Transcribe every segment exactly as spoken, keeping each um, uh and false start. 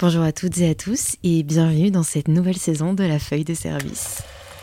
Bonjour à toutes et à tous et bienvenue dans cette nouvelle saison de la feuille de service.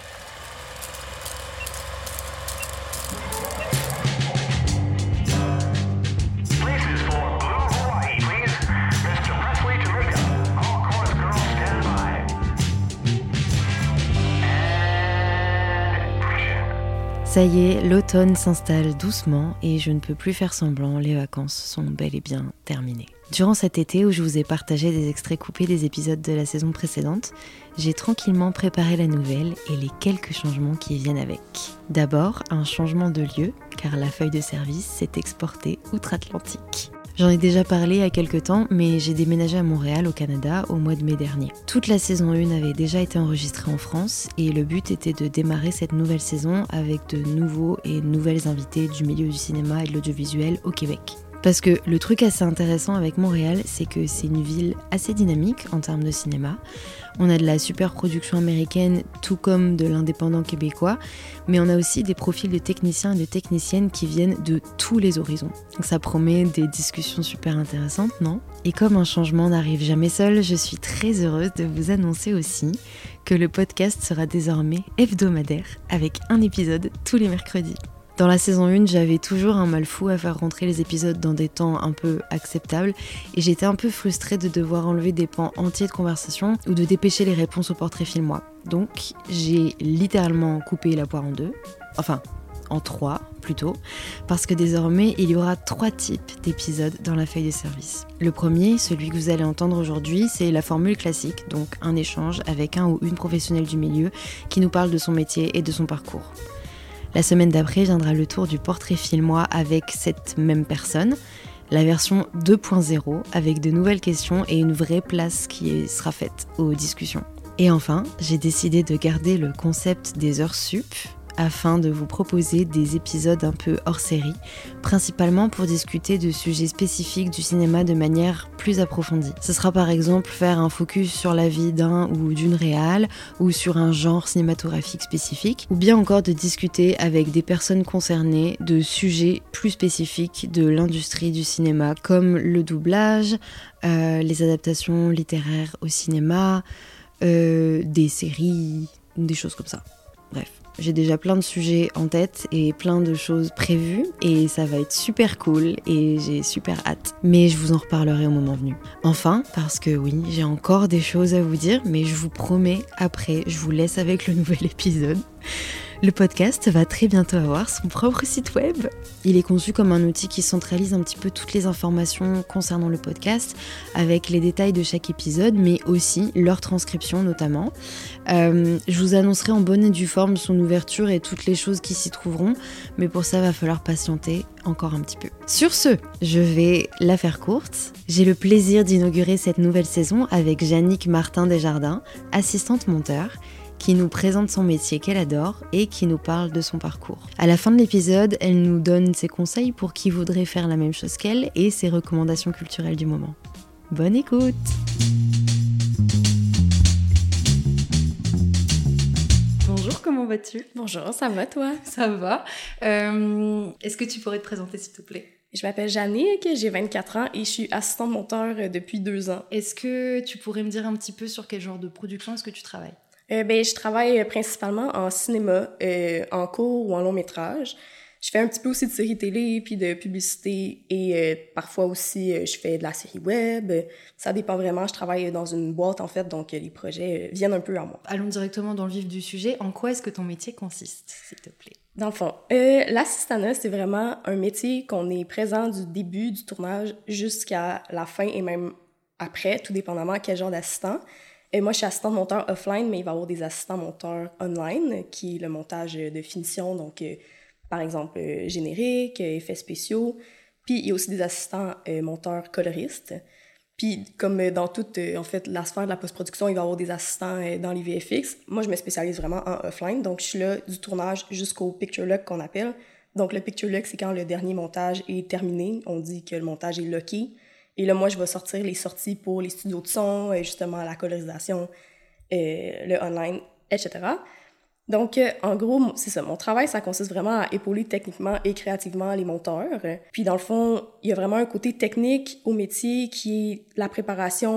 Ça y est, l'automne s'installe doucement et je ne peux plus faire semblant, les vacances sont bel et bien terminées. Durant cet été où je vous ai partagé des extraits coupés des épisodes de la saison précédente, j'ai tranquillement préparé la nouvelle et les quelques changements qui viennent avec. D'abord, un changement de lieu, car la feuille de service s'est exportée outre-Atlantique. J'en ai déjà parlé il y a quelques temps, mais j'ai déménagé à Montréal, au Canada, au mois de mai dernier. Toute la saison un avait déjà été enregistrée en France et le but était de démarrer cette nouvelle saison avec de nouveaux et nouvelles invités du milieu du cinéma et de l'audiovisuel au Québec. Parce que le truc assez intéressant avec Montréal, c'est que c'est une ville assez dynamique en termes de cinéma. On a de la super production américaine, tout comme de l'indépendant québécois, mais on a aussi des profils de techniciens et de techniciennes qui viennent de tous les horizons. Donc ça promet des discussions super intéressantes, non ? Et comme un changement n'arrive jamais seul, je suis très heureuse de vous annoncer aussi que le podcast sera désormais hebdomadaire, avec un épisode tous les mercredis. Dans la saison un, j'avais toujours un mal fou à faire rentrer les épisodes dans des temps un peu acceptables et j'étais un peu frustrée de devoir enlever des pans entiers de conversation ou de dépêcher les réponses au portrait filmois. Donc j'ai littéralement coupé la poire en deux, enfin en trois plutôt, parce que désormais il y aura trois types d'épisodes dans la feuille de service. Le premier, celui que vous allez entendre aujourd'hui, c'est la formule classique, donc un échange avec un ou une professionnelle du milieu qui nous parle de son métier et de son parcours. La semaine d'après viendra le tour du portrait filmois avec cette même personne, la version deux point zéro avec de nouvelles questions et une vraie place qui sera faite aux discussions. Et enfin, j'ai décidé de garder le concept des heures sup afin de vous proposer des épisodes un peu hors série, principalement pour discuter de sujets spécifiques du cinéma de manière plus approfondie. Ce sera par exemple faire un focus sur la vie d'un ou d'une réal, ou sur un genre cinématographique spécifique, ou bien encore de discuter avec des personnes concernées de sujets plus spécifiques de l'industrie du cinéma, comme le doublage, euh, les adaptations littéraires au cinéma, euh, des séries, des choses comme ça. Bref. J'ai déjà plein de sujets en tête et plein de choses prévues et ça va être super cool et j'ai super hâte. Mais je vous en reparlerai au moment venu. Enfin, parce que oui, j'ai encore des choses à vous dire, mais je vous promets, après, je vous laisse avec le nouvel épisode. Le podcast va très bientôt avoir son propre site web. Il est conçu comme un outil qui centralise un petit peu toutes les informations concernant le podcast, avec les détails de chaque épisode, mais aussi leur transcription notamment. Euh, je vous annoncerai en bonne et due forme son ouverture et toutes les choses qui s'y trouveront, mais pour ça, il va falloir patienter encore un petit peu. Sur ce, je vais la faire courte. J'ai le plaisir d'inaugurer cette nouvelle saison avec Jannick Martin-Desjardins, assistante monteur, qui nous présente son métier qu'elle adore et qui nous parle de son parcours. À la fin de l'épisode, elle nous donne ses conseils pour qui voudrait faire la même chose qu'elle et ses recommandations culturelles du moment. Bonne écoute! Bonjour, comment vas-tu? Bonjour, ça va toi? Ça va. Euh, est-ce que tu pourrais te présenter s'il te plaît? Je m'appelle Jannick, j'ai vingt-quatre ans et je suis assistante monteur depuis deux ans. Est-ce que tu pourrais me dire un petit peu sur quel genre de production est-ce que tu travailles? Euh, ben, je travaille principalement en cinéma, euh, en court ou en long métrage. Je fais un petit peu aussi de séries télé, puis de publicité, et euh, parfois aussi, euh, je fais de la série web. Ça dépend vraiment, je travaille dans une boîte, en fait, donc euh, les projets euh, viennent un peu à moi. Allons directement dans le vif du sujet. En quoi est-ce que ton métier consiste, s'il te plaît? Dans le fond, euh, l'assistanat, c'est vraiment un métier qu'on est présent du début du tournage jusqu'à la fin, et même après, tout dépendamment quel genre d'assistant. Et moi, je suis assistante monteur offline, mais il va y avoir des assistants monteurs online, qui est le montage de finition, donc euh, par exemple euh, générique, euh, effets spéciaux. Puis il y a aussi des assistants euh, monteurs coloristes. Puis comme euh, dans toute euh, en fait, la sphère de la post-production, il va y avoir des assistants euh, dans les V F X. Moi, je me spécialise vraiment en offline, donc je suis là du tournage jusqu'au picture lock qu'on appelle. Donc le picture lock, c'est quand le dernier montage est terminé. On dit que le montage est locké. Et là, moi, je vais sortir les sorties pour les studios de son, justement la colorisation, euh, le online, et cetera. Donc, euh, en gros, c'est ça. Mon travail, ça consiste vraiment à épauler techniquement et créativement les monteurs. Puis, dans le fond, il y a vraiment un côté technique au métier qui est la préparation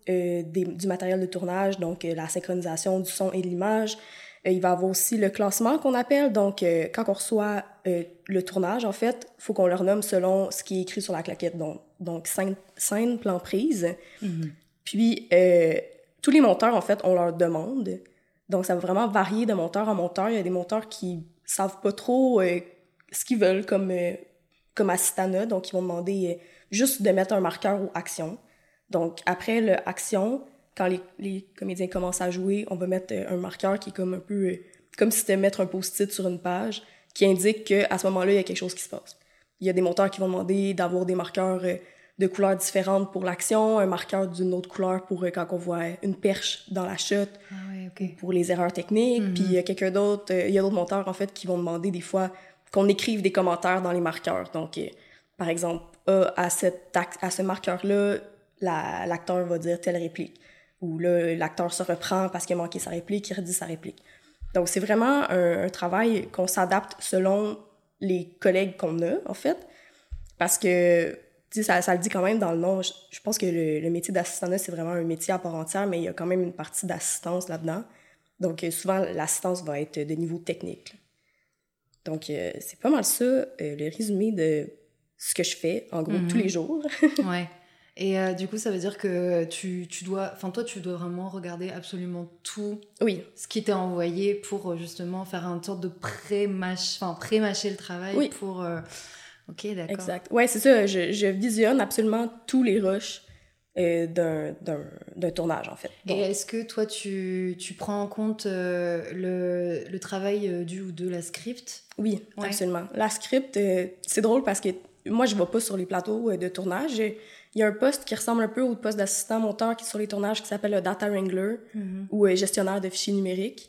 euh, des, du matériel de tournage, donc euh, la synchronisation du son et de l'image. Euh, il va y avoir aussi le classement qu'on appelle. Donc, euh, quand on reçoit euh, le tournage, en fait, il faut qu'on le renomme selon ce qui est écrit sur la claquette. Donc, donc scène, scène, plan, prise. Mm-hmm. Puis, euh, tous les monteurs, en fait, on leur demande. Donc, ça va vraiment varier de monteur en monteur. Il y a des monteurs qui savent pas trop euh, ce qu'ils veulent comme, euh, comme assistana. Donc, ils vont demander euh, juste de mettre un marqueur ou action. Donc, après le action, quand les, les comédiens commencent à jouer, on va mettre euh, un marqueur qui est comme un peu... Euh, comme si c'était mettre un post-it sur une page qui indique qu'à ce moment-là, il y a quelque chose qui se passe. Il y a des monteurs qui vont demander d'avoir des marqueurs euh, de couleurs différentes pour l'action, un marqueur d'une autre couleur pour euh, quand on voit une perche dans la shot, ah ouais, okay. pour les erreurs techniques. Mm-hmm. Puis il y a quelqu'un d'autre, euh, il y a d'autres monteurs, en fait, qui vont demander des fois qu'on écrive des commentaires dans les marqueurs. Donc, euh, par exemple, euh, à, cette, à ce marqueur-là, la, l'acteur va dire telle réplique. Ou là, l'acteur se reprend parce qu'il a manqué sa réplique, il redit sa réplique. Donc, c'est vraiment un, un travail qu'on s'adapte selon les collègues qu'on a, en fait. Parce que, tu sais, ça, ça le dit quand même dans le nom. Je, je pense que le, le métier d'assistanat, c'est vraiment un métier à part entière, mais il y a quand même une partie d'assistance là-dedans. Donc, souvent, l'assistance va être de niveau technique. Là. Donc, euh, c'est pas mal ça, euh, le résumé de ce que je fais, en gros, mm-hmm. tous les jours. Ouais. Et euh, du coup, ça veut dire que tu, tu dois... Enfin, toi, tu dois vraiment regarder absolument tout oui. ce qui t'est envoyé pour, justement, faire une sorte de pré-mâcher, enfin, pré-mâcher le travail oui. pour... Euh... Ok, d'accord. Exact. Ouais, c'est ça. Je, je visionne absolument tous les rushs euh, d'un, d'un, d'un tournage, en fait. Donc... Et est-ce que toi, tu, tu prends en compte euh, le, le travail euh, du ou de la script? Oui, ouais. absolument. La script, euh, c'est drôle parce que moi, je ne vais pas sur les plateaux euh, de tournage. Il y a un poste qui ressemble un peu au poste d'assistant monteur qui est sur les tournages qui s'appelle le Data Wrangler mm-hmm. ou euh, gestionnaire de fichiers numériques.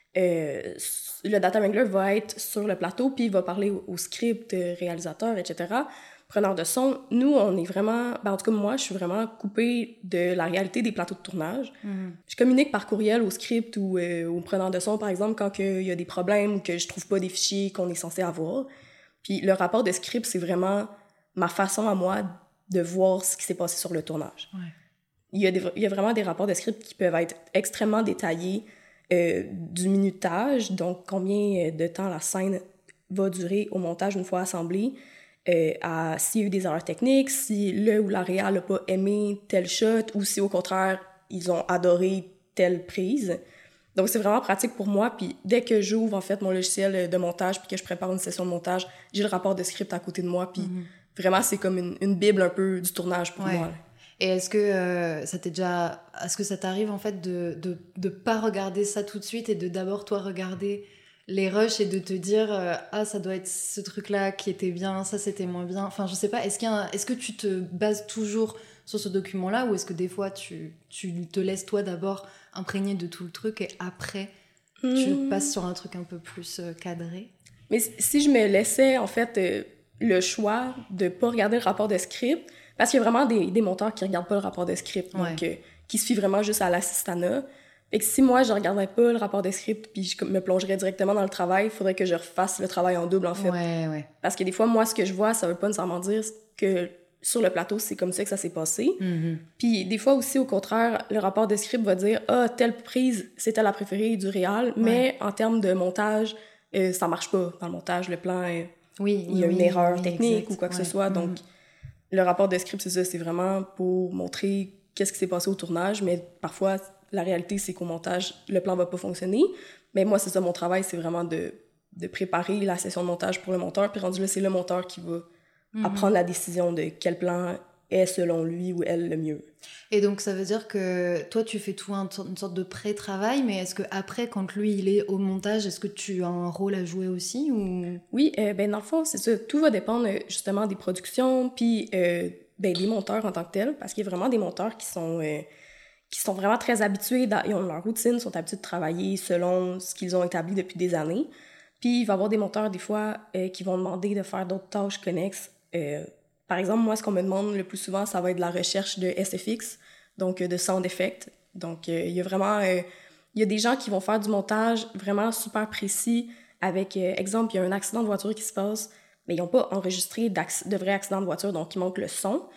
Euh, le Data Wrangler va être sur le plateau puis il va parler au, au script, euh, réalisateur, et cetera. Preneur de son. Nous, on est vraiment... Ben, en tout cas, moi, je suis vraiment coupée de la réalité des plateaux de tournage. Mm-hmm. Je communique par courriel au script ou euh, au preneur de son, par exemple, quand il y a des problèmes ou que je trouve pas des fichiers qu'on est censé avoir. Puis le rapport de script, c'est vraiment ma façon à moi de voir ce qui s'est passé sur le tournage. Ouais. Il y a des, il y a vraiment des rapports de script qui peuvent être extrêmement détaillés, euh, du minutage, donc combien de temps la scène va durer au montage une fois assemblée, euh, à s'il y a eu des erreurs techniques, si le ou la réal n'a pas aimé tel shot, ou si au contraire, ils ont adoré telle prise. Donc, c'est vraiment pratique pour moi. Puis, dès que j'ouvre, en fait, mon logiciel de montage puis que je prépare une session de montage, j'ai le rapport de script à côté de moi. Puis, mm-hmm. vraiment, c'est comme une, une bible un peu du tournage pour ouais. moi. Là. Et est-ce que euh, ça t'est déjà... Est-ce que ça t'arrive, en fait, de de, de pas regarder ça tout de suite et de d'abord, toi, regarder les rushs et de te dire euh, « Ah, ça doit être ce truc-là qui était bien, ça, c'était moins bien. » Enfin, je sais pas. Est-ce, qu'il y a un... est-ce que tu te bases toujours sur ce document-là ou est-ce que des fois, tu, tu te laisses, toi, d'abord... imprégné de tout le truc et après mmh. tu passes sur un truc un peu plus euh, cadré? Mais si je me laissais en fait euh, le choix de pas regarder le rapport de script, parce qu'il y a vraiment des, des monteurs qui regardent pas le rapport de script, ouais. donc euh, qui se fient vraiment juste à l'assistanat. Fait que si moi je regardais pas le rapport de script puis je me plongerais directement dans le travail, il faudrait que je refasse le travail en double en fait. Ouais, ouais. Parce que des fois moi ce que je vois, ça veut pas nécessairement dire que sur le plateau, c'est comme ça que ça s'est passé. Mm-hmm. Puis des fois aussi, au contraire, le rapport de script va dire « Ah, telle prise, c'était la préférée du réal, ouais. mais en termes de montage, euh, ça marche pas. Dans le montage, le plan, euh, oui, il y a oui, une erreur oui, technique exact. ou quoi que ouais. ce soit. » Donc, mm-hmm. le rapport de script, c'est ça, c'est vraiment pour montrer qu'est-ce qui s'est passé au tournage, mais parfois, la réalité, c'est qu'au montage, le plan va pas fonctionner. Mais moi, c'est ça, mon travail, c'est vraiment de, de préparer la session de montage pour le monteur, puis rendu là, c'est le monteur qui va mm-hmm. à prendre la décision de quel plan est selon lui ou elle le mieux. Et donc ça veut dire que toi tu fais tout un, une sorte de pré-travail, mais est-ce que après quand lui il est au montage, est-ce que tu as un rôle à jouer aussi ou... Oui, euh, ben dans le fond c'est ça, tout va dépendre justement des productions puis euh, ben des monteurs en tant que tels, parce qu'il y a vraiment des monteurs qui sont euh, qui sont vraiment très habitués, dans, ils ont leur routine, sont habitués de travailler selon ce qu'ils ont établi depuis des années. Puis il va y avoir des monteurs des fois euh, qui vont demander de faire d'autres tâches connexes. Euh, Par exemple, moi, ce qu'on me demande le plus souvent, ça va être de la recherche de S F X, donc de sound effect. Donc, il euh, y a vraiment... Il euh, y a des gens qui vont faire du montage vraiment super précis avec, euh, exemple, il y a un accident de voiture qui se passe, mais ils n'ont pas enregistré de vrai accident de voiture, donc il manque le son.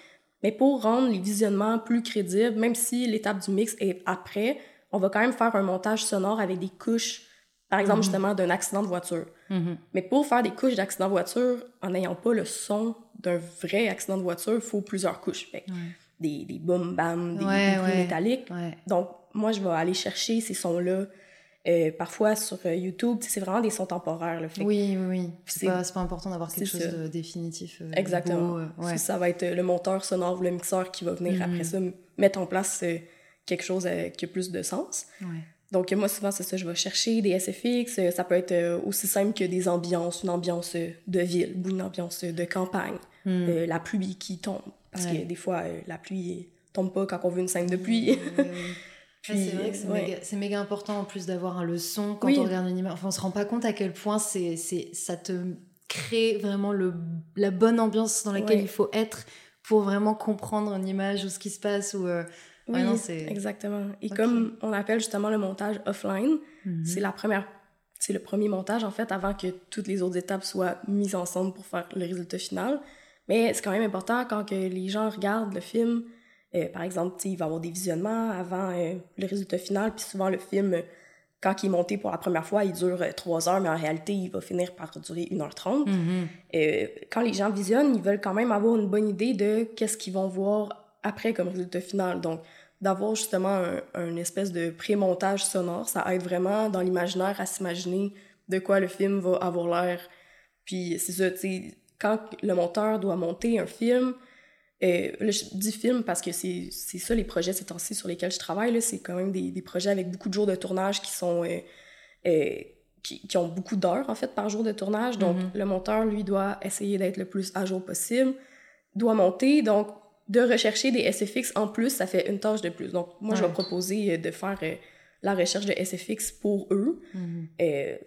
Mais pour rendre les visionnements plus crédibles, même si l'étape du mix est après, on va quand même faire un montage sonore avec des couches, par exemple, mm-hmm. justement, d'un accident de voiture. Mm-hmm. Mais pour faire des couches d'accident de voiture, en n'ayant pas le son d'un vrai accident de voiture, il faut plusieurs couches. Fait, ouais. Des, des boum bam, des, ouais, des bruits ouais. métalliques. Ouais. Donc, moi, je vais aller chercher ces sons-là. Euh, parfois, sur euh, YouTube, c'est vraiment des sons temporaires. Là, fait oui, oui, oui. C'est, c'est, pas, c'est pas important d'avoir quelque chose ça. de définitif. Euh, Exactement. Beau, euh, ouais. Ça va être le monteur sonore ou le mixeur qui va venir mm-hmm. après ça mettre en place euh, quelque chose euh, qui a plus de sens. Ouais. Donc, moi, souvent, c'est ça. Je vais chercher des S F X. Euh, ça peut être euh, aussi simple que des ambiances, une ambiance euh, de ville ou une ambiance euh, de campagne. Mm. Euh, la pluie qui tombe. Parce ouais. que des fois, euh, la pluie tombe pas quand on veut une scène de pluie. Oui, oui, oui. Puis, ouais, c'est vrai que c'est, ouais. méga, c'est méga important en plus d'avoir un le son quand oui. on regarde une image. Enfin, on se rend pas compte à quel point c'est, c'est, ça te crée vraiment le, la bonne ambiance dans laquelle ouais. il faut être pour vraiment comprendre une image ou ce qui se passe. Ou, euh... Oui, ouais, non, c'est... exactement. Et okay. comme on appelle justement le montage offline, mm-hmm. c'est la première, c'est le premier montage en fait avant que toutes les autres étapes soient mises ensemble pour faire le résultat final. Mais c'est quand même important quand que les gens regardent le film. Euh, par exemple, il va y avoir des visionnements avant euh, le résultat final, puis souvent le film, euh, quand il est monté pour la première fois, il dure euh, trois heures, mais en réalité, il va finir par durer une heure trente. Mm-hmm. Euh, quand les gens visionnent, ils veulent quand même avoir une bonne idée de qu'est-ce qu'ils vont voir après comme résultat final. Donc, d'avoir justement un, un espèce de pré-montage sonore, ça aide vraiment dans l'imaginaire à s'imaginer de quoi le film va avoir l'air. Puis c'est ça, tu sais, quand le monteur doit monter un film, Euh, là, je dis film parce que c'est, c'est ça les projets ces temps-ci sur lesquels je travaille, là, c'est quand même des, des projets avec beaucoup de jours de tournage qui sont euh, euh, qui, qui ont beaucoup d'heures en fait par jour de tournage, donc mm-hmm. le monteur lui doit essayer d'être le plus à jour possible, doit monter, donc de rechercher des S F X en plus, ça fait une tâche de plus. Donc moi ouais. je vais proposer de faire euh, la recherche de S F X pour eux, mm-hmm. euh,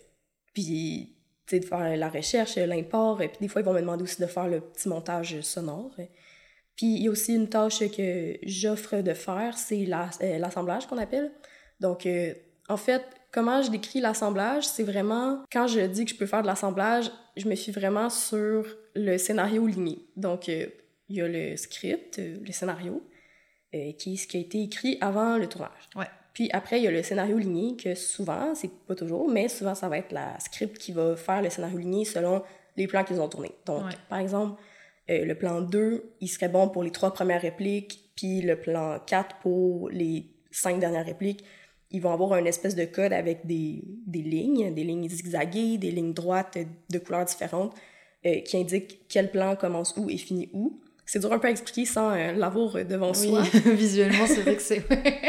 puis tu sais de faire la recherche, l'import, et puis des fois ils vont me demander aussi de faire le petit montage sonore. Puis il y a aussi une tâche que j'offre de faire, c'est la, euh, l'assemblage qu'on appelle. Donc, euh, en fait, comment je décris l'assemblage, c'est vraiment, quand je dis que je peux faire de l'assemblage, je me fie vraiment sur le scénario ligné. Donc, euh, il y a le script, euh, le scénario, euh, qui est ce qui a été écrit avant le tournage. Ouais. Puis après, il y a le scénario ligné, que souvent, c'est pas toujours, mais souvent, ça va être la script qui va faire le scénario ligné selon les plans qu'ils ont tournés. Donc, ouais. par exemple... Euh, le plan deux, il serait bon pour les trois premières répliques, puis le plan quatre pour les cinq dernières répliques. Ils vont avoir une espèce de code avec des, des lignes, des lignes zigzaguées, des lignes droites de couleurs différentes, euh, qui indiquent quel plan commence où et finit où. C'est dur un peu à expliquer sans euh, l'avoir devant oui, soi. Visuellement, c'est vrai que c'est...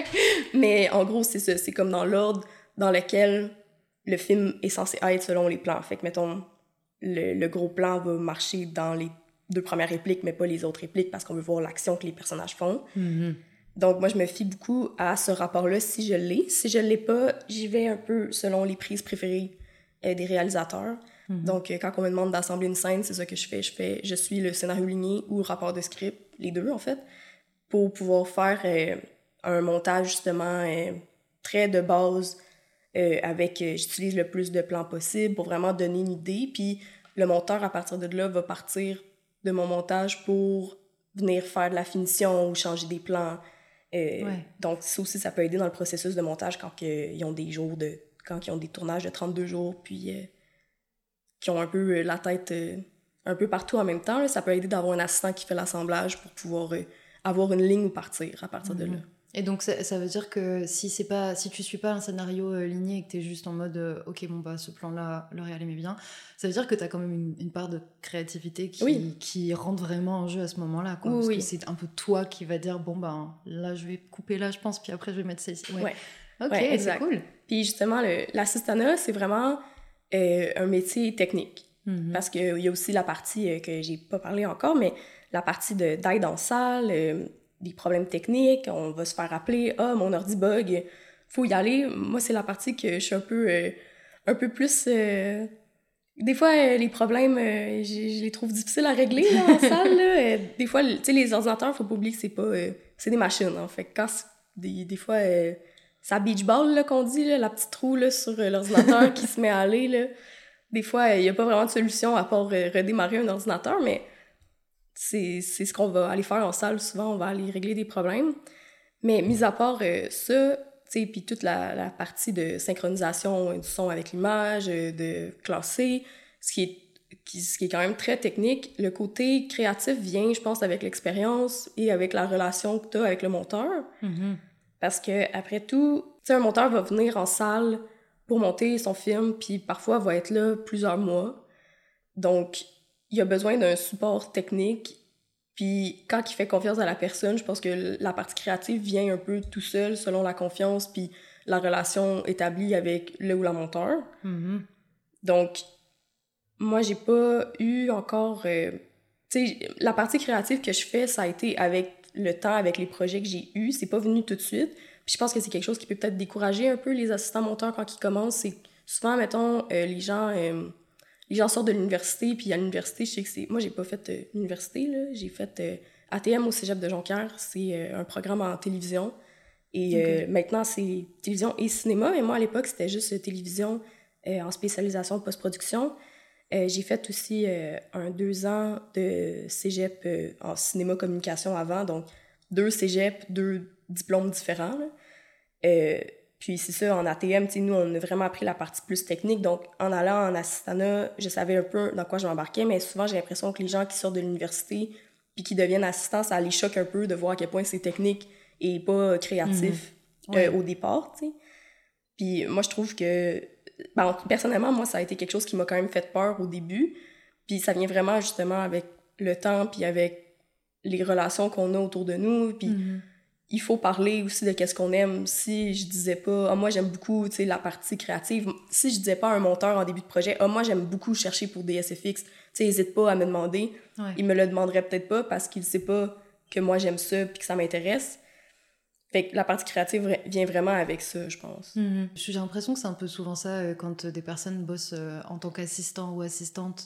Mais en gros, c'est ça. C'est comme dans l'ordre dans lequel le film est censé être selon les plans. Fait que, mettons, le, le gros plan va marcher dans les deux premières répliques, mais pas les autres répliques, parce qu'on veut voir l'action que les personnages font. Mm-hmm. Donc, moi, je me fie beaucoup à ce rapport-là, si je l'ai. Si je l'ai pas, j'y vais un peu selon les prises préférées euh, des réalisateurs. Mm-hmm. Donc, euh, quand on me demande d'assembler une scène, c'est ça que je fais. Je fais, je suis le scénario ligné ou rapport de script, les deux, en fait, pour pouvoir faire euh, un montage, justement, euh, très de base, euh, avec, euh, j'utilise le plus de plans possible pour vraiment donner une idée. Puis, le monteur, à partir de là, va partir de mon montage pour venir faire de la finition ou changer des plans. Euh, ouais. Donc, ça aussi, ça peut aider dans le processus de montage quand que, ils ont des jours de... quand ils ont des tournages de trente-deux jours, puis euh, qui ont un peu euh, la tête euh, un peu partout en même temps. Là, ça peut aider d'avoir un assistant qui fait l'assemblage pour pouvoir euh, avoir une ligne où partir à partir mm-hmm. de là. Et donc, ça, ça veut dire que si, c'est pas, si tu suis pas un scénario euh, ligné et que t'es juste en mode euh, « Ok, bon, bah, ce plan-là, le réel aimait bien », ça veut dire que t'as quand même une, une part de créativité qui, oui. qui rentre vraiment en jeu à ce moment-là, quoi. Oui, parce oui. que c'est un peu toi qui va dire « Bon, bah, là, je vais couper là, je pense, puis après, je vais mettre ça ici. » Ouais. ouais. Ok, ouais, c'est cool. Puis justement, le, l'assistanat, c'est vraiment euh, un métier technique. Mm-hmm. Parce qu'il y a aussi la partie euh, que j'ai pas parlé encore, mais la partie de, d'aide en salle... Euh, des problèmes techniques, on va se faire appeler « Ah, mon ordi bug, faut y aller ». Moi, c'est la partie que je suis un peu, euh, un peu plus... Euh... Des fois, euh, les problèmes, euh, je, je les trouve difficiles à régler là, en salle. Là. Euh, des fois, tu sais, les ordinateurs, faut pas oublier que c'est pas... Euh, c'est des machines, en fait. Quand des, des fois, euh, c'est la beach ball là, qu'on dit, là, la petite roue là, sur euh, l'ordinateur qui se met à aller. Là. Des fois, il euh, y a pas vraiment de solution à part euh, redémarrer un ordinateur, mais... c'est, c'est ce qu'on va aller faire en salle. Souvent, on va aller régler des problèmes. Mais mis à part euh, ça, tu sais, puis toute la, la partie de synchronisation du son avec l'image, de classer, ce qui est, qui, ce qui est quand même très technique, le côté créatif vient, je pense, avec l'expérience et avec la relation que tu as avec le monteur. Mm-hmm. Parce que après tout, tu sais, un monteur va venir en salle pour monter son film, puis parfois va être là plusieurs mois. Donc, il a besoin d'un support technique. Puis quand il fait confiance à la personne, je pense que la partie créative vient un peu tout seul, selon la confiance, puis la relation établie avec le ou la monteur. Mm-hmm. Donc, moi, j'ai pas eu encore... Euh, tu sais, la partie créative que je fais, ça a été avec le temps, avec les projets que j'ai eus. C'est pas venu tout de suite. Puis je pense que c'est quelque chose qui peut peut-être décourager un peu les assistants monteurs quand ils commencent. C'est souvent, mettons, euh, les gens... Euh, Les gens sortent de l'université, puis à l'université, je sais que c'est... Moi, j'ai pas fait euh, l'université, là. J'ai fait euh, A T M au cégep de Jonquière. C'est euh, un programme en télévision. Et okay. euh, maintenant, c'est télévision et cinéma. Mais moi, à l'époque, c'était juste euh, télévision euh, en spécialisation post-production. Euh, j'ai fait aussi euh, un deux ans de cégep euh, en cinéma-communication avant. Donc, deux cégeps, deux diplômes différents, là. Euh, Puis c'est ça, en A T M, nous, on a vraiment appris la partie plus technique. Donc, en allant en assistanat, je savais un peu dans quoi je m'embarquais, mais souvent, j'ai l'impression que les gens qui sortent de l'université puis qui deviennent assistants, ça les choque un peu de voir à quel point c'est technique et pas créatif mmh. ouais. euh, au départ, tu sais. Puis moi, je trouve que... Ben, personnellement, moi, ça a été quelque chose qui m'a quand même fait peur au début. Puis ça vient vraiment, justement, avec le temps puis avec les relations qu'on a autour de nous, puis... Mmh. Il faut parler aussi de qu'est-ce qu'on aime. Si je disais pas, ah, moi, j'aime beaucoup, tu sais, la partie créative. Si je disais pas à un monteur en début de projet, ah, moi, j'aime beaucoup chercher pour des S F X, tu sais, n'hésite pas à me demander. Ouais. Il me le demanderait peut-être pas parce qu'il sait pas que moi, j'aime ça puis que ça m'intéresse. Fait que la partie créative vient vraiment avec ça, je pense. Mm-hmm. J'ai l'impression que c'est un peu souvent ça quand des personnes bossent en tant qu'assistant ou assistante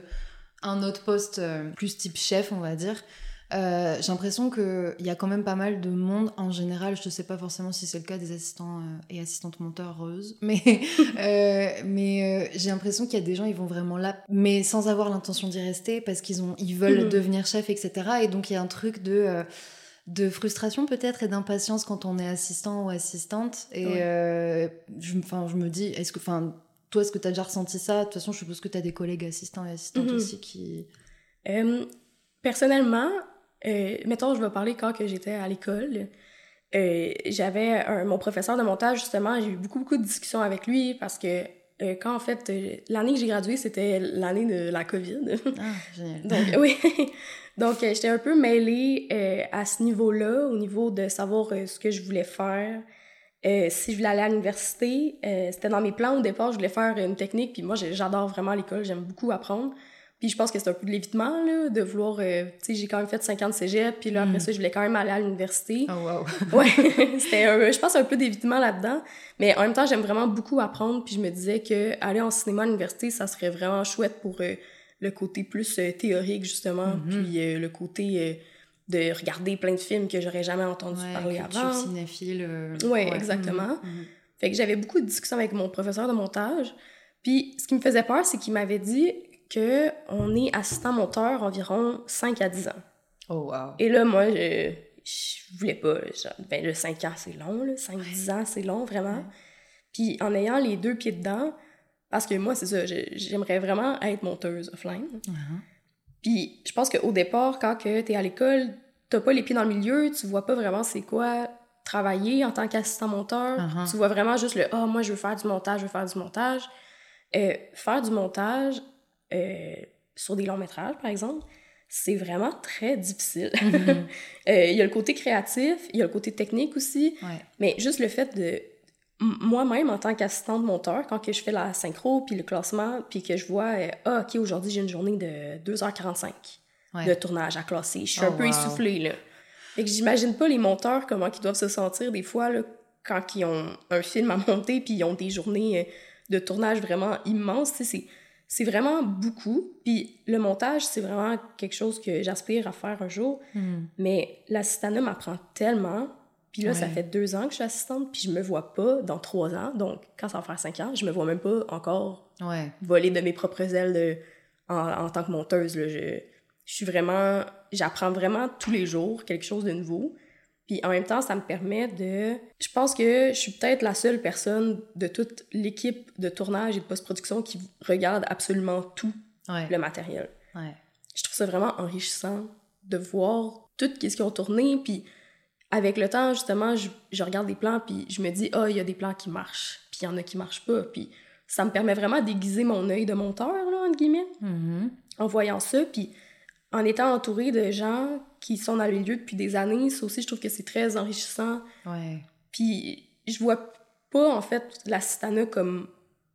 d'un autre poste plus type chef, on va dire. Euh, j'ai l'impression qu'il y a quand même pas mal de monde en général. Je ne sais pas forcément si c'est le cas des assistants euh, et assistantes monteuses, mais, euh, mais euh, j'ai l'impression qu'il y a des gens, ils vont vraiment là, mais sans avoir l'intention d'y rester parce qu'ils ont, ils veulent mmh. devenir chef, et cetera. Et donc il y a un truc de, euh, de frustration peut-être et d'impatience quand on est assistant ou assistante. Et ouais. euh, je, je me dis, est-ce que, enfin, toi, est-ce que tu as déjà ressenti ça? De toute façon, je suppose que tu as des collègues assistants et assistantes mmh. aussi qui... Euh, personnellement, Euh, mettons, je vais parler quand que j'étais à l'école. Euh, j'avais un, mon professeur de montage, justement, j'ai eu beaucoup, beaucoup de discussions avec lui parce que euh, quand, en fait, euh, l'année que j'ai gradué, c'était l'année de la COVID. Ah, génial. Donc, oui. Donc, euh, j'étais un peu mêlée euh, à ce niveau-là, au niveau de savoir euh, ce que je voulais faire. Euh, si je voulais aller à l'université, euh, c'était dans mes plans au départ, je voulais faire une technique, puis moi, j'adore vraiment l'école, j'aime beaucoup apprendre. Puis je pense que c'est un peu de l'évitement, là, de vouloir... Euh, tu sais, j'ai quand même fait cinq ans de cégep, puis là, après mm. ça, je voulais quand même aller à l'université. Oh, wow! Ouais, c'était, un, je pense, un peu d'évitement là-dedans. Mais en même temps, j'aime vraiment beaucoup apprendre, puis je me disais que aller en cinéma à l'université, ça serait vraiment chouette pour euh, le côté plus euh, théorique, justement, mm-hmm. puis euh, le côté euh, de regarder plein de films que j'aurais jamais entendu ouais, parler culture avant. cinéphile. Euh... Ouais, ouais, exactement. Mm-hmm. Fait que j'avais beaucoup de discussions avec mon professeur de montage. Puis ce qui me faisait peur, c'est qu'il m'avait dit... qu'on est assistant monteur environ cinq à dix ans. Oh, wow! Et là, moi, je, je voulais pas. Genre, ben, le cinq ans, c'est long, là. cinq à dix ans, c'est long, vraiment. Ouais. Puis en ayant les deux pieds dedans, parce que moi, c'est ça, je, j'aimerais vraiment être monteuse offline. Uh-huh. Puis je pense qu'au départ, quand t'es à l'école, t'as pas les pieds dans le milieu, tu vois pas vraiment c'est quoi travailler en tant qu'assistant monteur. Uh-huh. Tu vois vraiment juste le « Ah, oh, moi, je veux faire du montage, je veux faire du montage. Euh, » Faire du montage... Euh, sur des longs métrages, par exemple, c'est vraiment très difficile. Mm-hmm. euh, il y a le côté créatif, il y a le côté technique aussi, ouais. mais juste le fait de... Moi-même, en tant qu'assistante monteur, quand que je fais la synchro, puis le classement, puis que je vois, euh, ah, OK, aujourd'hui, j'ai une journée de deux heures quarante-cinq ouais. de tournage à classer. Je suis oh, un peu wow. essoufflée, là. Fait que j'imagine pas les monteurs, comment ils doivent se sentir des fois, là, quand ils ont un film à monter, puis ils ont des journées de tournage vraiment immenses, tu sais, c'est... C'est vraiment beaucoup. Puis le montage, c'est vraiment quelque chose que j'aspire à faire un jour. Mm. Mais l'assistanat m'apprend tellement. Puis là, ouais. ça fait deux ans que je suis assistante, puis je me vois pas dans trois ans. Donc, quand ça va faire cinq ans, je me vois même pas encore ouais. voler de mes propres ailes de, en, en tant que monteuse. Là. Je, je je suis vraiment... J'apprends vraiment tous les jours quelque chose de nouveau. Puis en même temps, ça me permet de... Je pense que je suis peut-être la seule personne de toute l'équipe de tournage et de post-production qui regarde absolument tout ouais. le matériel. Ouais. Je trouve ça vraiment enrichissant de voir tout ce qu'ils ont tourné. Puis avec le temps, justement, je, je regarde des plans puis je me dis « Ah, oh, il y a des plans qui marchent. » Puis il y en a qui marchent pas. Puis ça me permet vraiment d'aiguiser mon œil de monteur, là, entre guillemets, mm-hmm. en voyant ça. Puis en étant entourée de gens qui sont dans le milieu depuis des années, ça aussi, je trouve que c'est très enrichissant. Ouais. Puis je vois pas, en fait, l'assistanat comme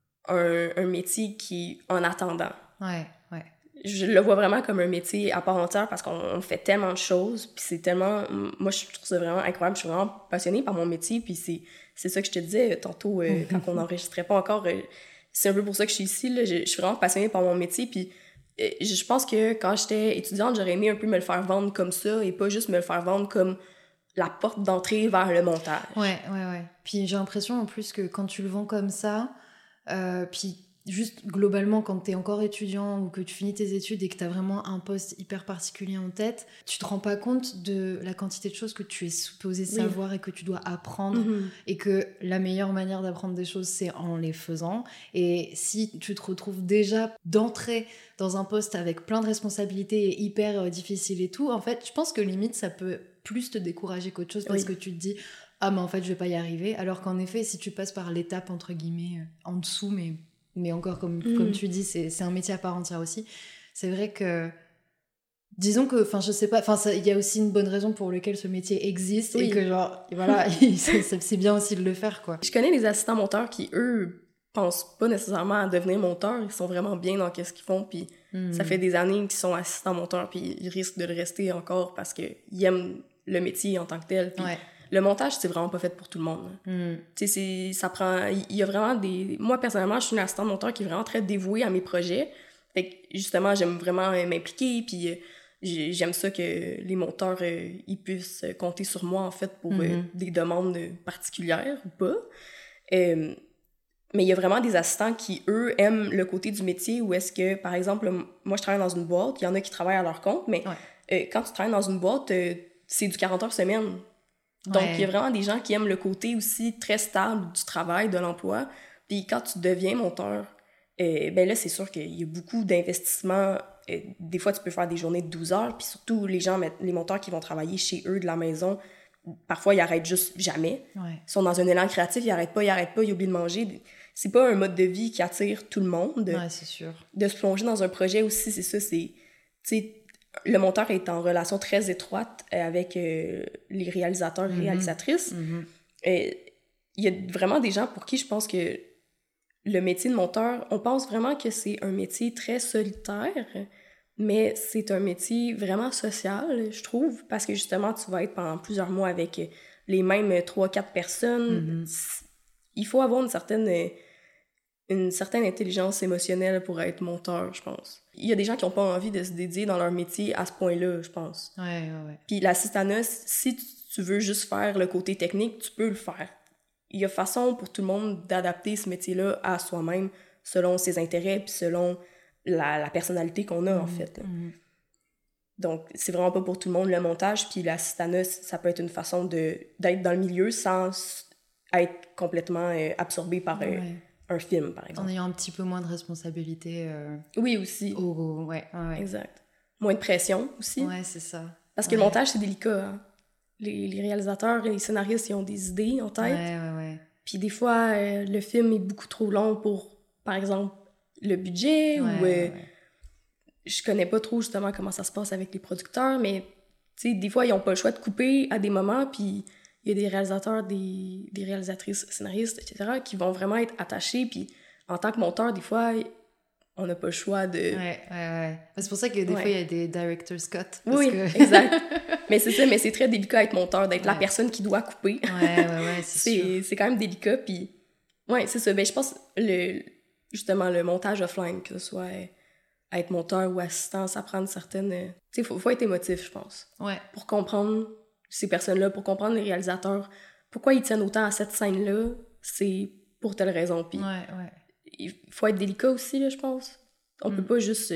un, un métier qui est en attendant. Ouais, ouais. Je le vois vraiment comme un métier à part entière parce qu'on fait tellement de choses, puis c'est tellement... Moi, je trouve ça vraiment incroyable. Je suis vraiment passionnée par mon métier, puis c'est, c'est ça que je te disais tantôt, euh, quand on n'enregistrait pas encore. Euh, c'est un peu pour ça que je suis ici, là. Je, je suis vraiment passionnée par mon métier, puis euh, je pense que quand j'étais étudiante, j'aurais aimé un peu me le faire vendre comme ça et pas juste me le faire vendre comme la porte d'entrée vers le montage. Ouais, ouais, ouais. Puis j'ai l'impression en plus que quand tu le vends comme ça, euh, puis... juste globalement, quand t'es encore étudiant ou que tu finis tes études et que t'as vraiment un poste hyper particulier en tête, tu te rends pas compte de la quantité de choses que tu es supposé savoir oui. et que tu dois apprendre mm-hmm. et que la meilleure manière d'apprendre des choses, c'est en les faisant. Et si tu te retrouves déjà d'entrée dans un poste avec plein de responsabilités et hyper euh, difficile et tout, en fait, je pense que limite, ça peut plus te décourager qu'autre chose parce oui. que tu te dis « Ah, mais en fait, je vais pas y arriver ». Alors qu'en effet, si tu passes par l'étape, entre guillemets, euh, en dessous, mais... mais encore comme, mmh. comme tu dis, c'est, c'est un métier à part entière aussi. C'est vrai que, disons que, enfin je sais pas, enfin il y a aussi une bonne raison pour laquelle ce métier existe oui. et que genre, voilà, c'est, c'est bien aussi de le faire, quoi. Je connais des assistants monteurs qui, eux, pensent pas nécessairement à devenir monteurs, ils sont vraiment bien dans ce qu'ils font, puis mmh. ça fait des années qu'ils sont assistants monteurs, puis ils risquent de le rester encore parce qu'ils aiment le métier en tant que tel, puis ouais. Le montage, c'est vraiment pas fait pour tout le monde. Mm. Tu sais, ça prend... Il y a vraiment des... Moi, personnellement, je suis une assistante monteur qui est vraiment très dévouée à mes projets. Fait que, justement, j'aime vraiment m'impliquer, puis euh, j'aime ça que les monteurs, euh, ils puissent compter sur moi, en fait, pour mm-hmm. euh, des demandes particulières ou pas. Euh, mais il y a vraiment des assistants qui, eux, aiment le côté du métier où est-ce que, par exemple, moi, je travaille dans une boîte, il y en a qui travaillent à leur compte, mais ouais. euh, quand tu travailles dans une boîte, euh, c'est du quarante heures semaine. Donc, ouais. il y a vraiment des gens qui aiment le côté aussi très stable du travail, de l'emploi. Puis quand tu deviens monteur, euh, ben là, c'est sûr qu'il y a beaucoup d'investissements. Euh, des fois, tu peux faire des journées de douze heures. Puis surtout, les gens, les monteurs qui vont travailler chez eux de la maison, parfois, ils arrêtent juste jamais. Ouais. Ils sont dans un élan créatif, ils arrêtent pas, ils arrêtent pas, ils oublient de manger. C'est pas un mode de vie qui attire tout le monde. Ouais, c'est sûr. De se plonger dans un projet aussi, c'est ça, c'est... Tu sais, le monteur est en relation très étroite avec euh, les réalisateurs et mm-hmm. réalisatrices. Mm-hmm. Et il y a vraiment des gens pour qui je pense que le métier de monteur, on pense vraiment que c'est un métier très solitaire, mais c'est un métier vraiment social, je trouve, parce que justement, tu vas être pendant plusieurs mois avec les mêmes trois quatre personnes. Mm-hmm. Il faut avoir une certaine... une certaine intelligence émotionnelle pour être monteur, je pense. Il y a des gens qui n'ont pas envie de se dédier dans leur métier à ce point-là, je pense. Ouais, ouais, ouais. Puis l'assistanat, si tu veux juste faire le côté technique, tu peux le faire. Il y a façon pour tout le monde d'adapter ce métier-là à soi-même, selon ses intérêts, puis selon la, la personnalité qu'on a, mmh, en fait. Mmh. Donc, c'est vraiment pas pour tout le monde, le montage, puis l'assistanat, ça peut être une façon de, d'être dans le milieu sans être complètement euh, absorbé par... Euh, ouais. un film, par exemple. En ayant un petit peu moins de responsabilité. Euh... Oui, aussi. Au, au... Ouais, ouais, ouais. Exact. Moins de pression, aussi. Ouais, c'est ça. Parce que ouais. le montage, c'est délicat. Hein? Les, les réalisateurs et les scénaristes, ils ont des idées en tête. Ouais, ouais, ouais. Puis des fois, euh, le film est beaucoup trop long pour, par exemple, le budget. Ouais, ou euh, ouais, ouais. Je connais pas trop, justement, comment ça se passe avec les producteurs, mais, tu sais, des fois, ils ont pas le choix de couper à des moments, puis... Il y a des réalisateurs, des, des réalisatrices, scénaristes, et cetera, qui vont vraiment être attachés. Puis en tant que monteur, des fois, on n'a pas le choix de... Ouais, ouais, ouais. C'est pour ça que des ouais. fois, il y a des director's cut. Parce oui, que... exact. Mais c'est ça, mais c'est très délicat d'être monteur, d'être ouais. la personne qui doit couper. Ouais, ouais, ouais, c'est, c'est sûr. C'est quand même délicat. Puis ouais, c'est ça. Ben, je pense, le, justement, le montage offline, que ce soit être monteur ou assistant, ça prend une certaine... Tu sais, il faut, faut être émotif, je pense. Ouais. Pour comprendre... ces personnes-là, pour comprendre les réalisateurs, pourquoi ils tiennent autant à cette scène-là, c'est pour telle raison. Puis ouais, ouais. il faut être délicat aussi, là, je pense. On mm. peut pas juste euh,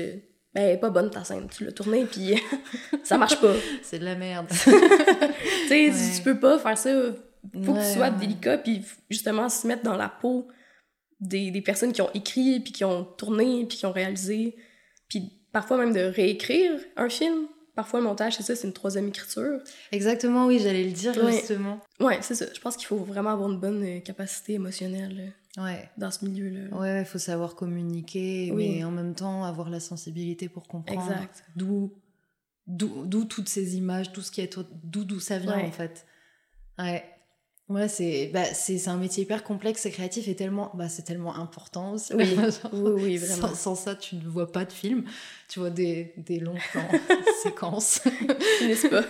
ben, elle est pas bonne ta scène. Tu l'as tournée, puis ça marche pas. C'est de la merde. Tu sais, Ouais. tu peux pas faire ça. Faut Ouais, que tu sois ouais. délicat, puis justement se mettre dans la peau des, des personnes qui ont écrit, puis qui ont tourné, puis qui ont réalisé. Puis parfois même de réécrire un film. Parfois, le montage, c'est ça, c'est une troisième écriture. Exactement, oui, j'allais le dire, Ouais. justement. Ouais, c'est ça. Je pense qu'il faut vraiment avoir une bonne euh, capacité émotionnelle euh, Ouais. dans ce milieu-là. Ouais, il faut savoir communiquer, Oui. mais en même temps avoir la sensibilité pour comprendre Exact. d'où, d'où, d'où toutes ces images, tout ce qui est autour- d'où, d'où ça vient Ouais. en fait. Ouais. Ouais, c'est, bah, c'est, c'est un métier hyper complexe et créatif et tellement, bah, c'est tellement important aussi. Oui, Genre, oui, oui, vraiment. Sans, sans ça, tu ne vois pas de film. Tu vois des, des longs plans, séquences. N'est-ce pas?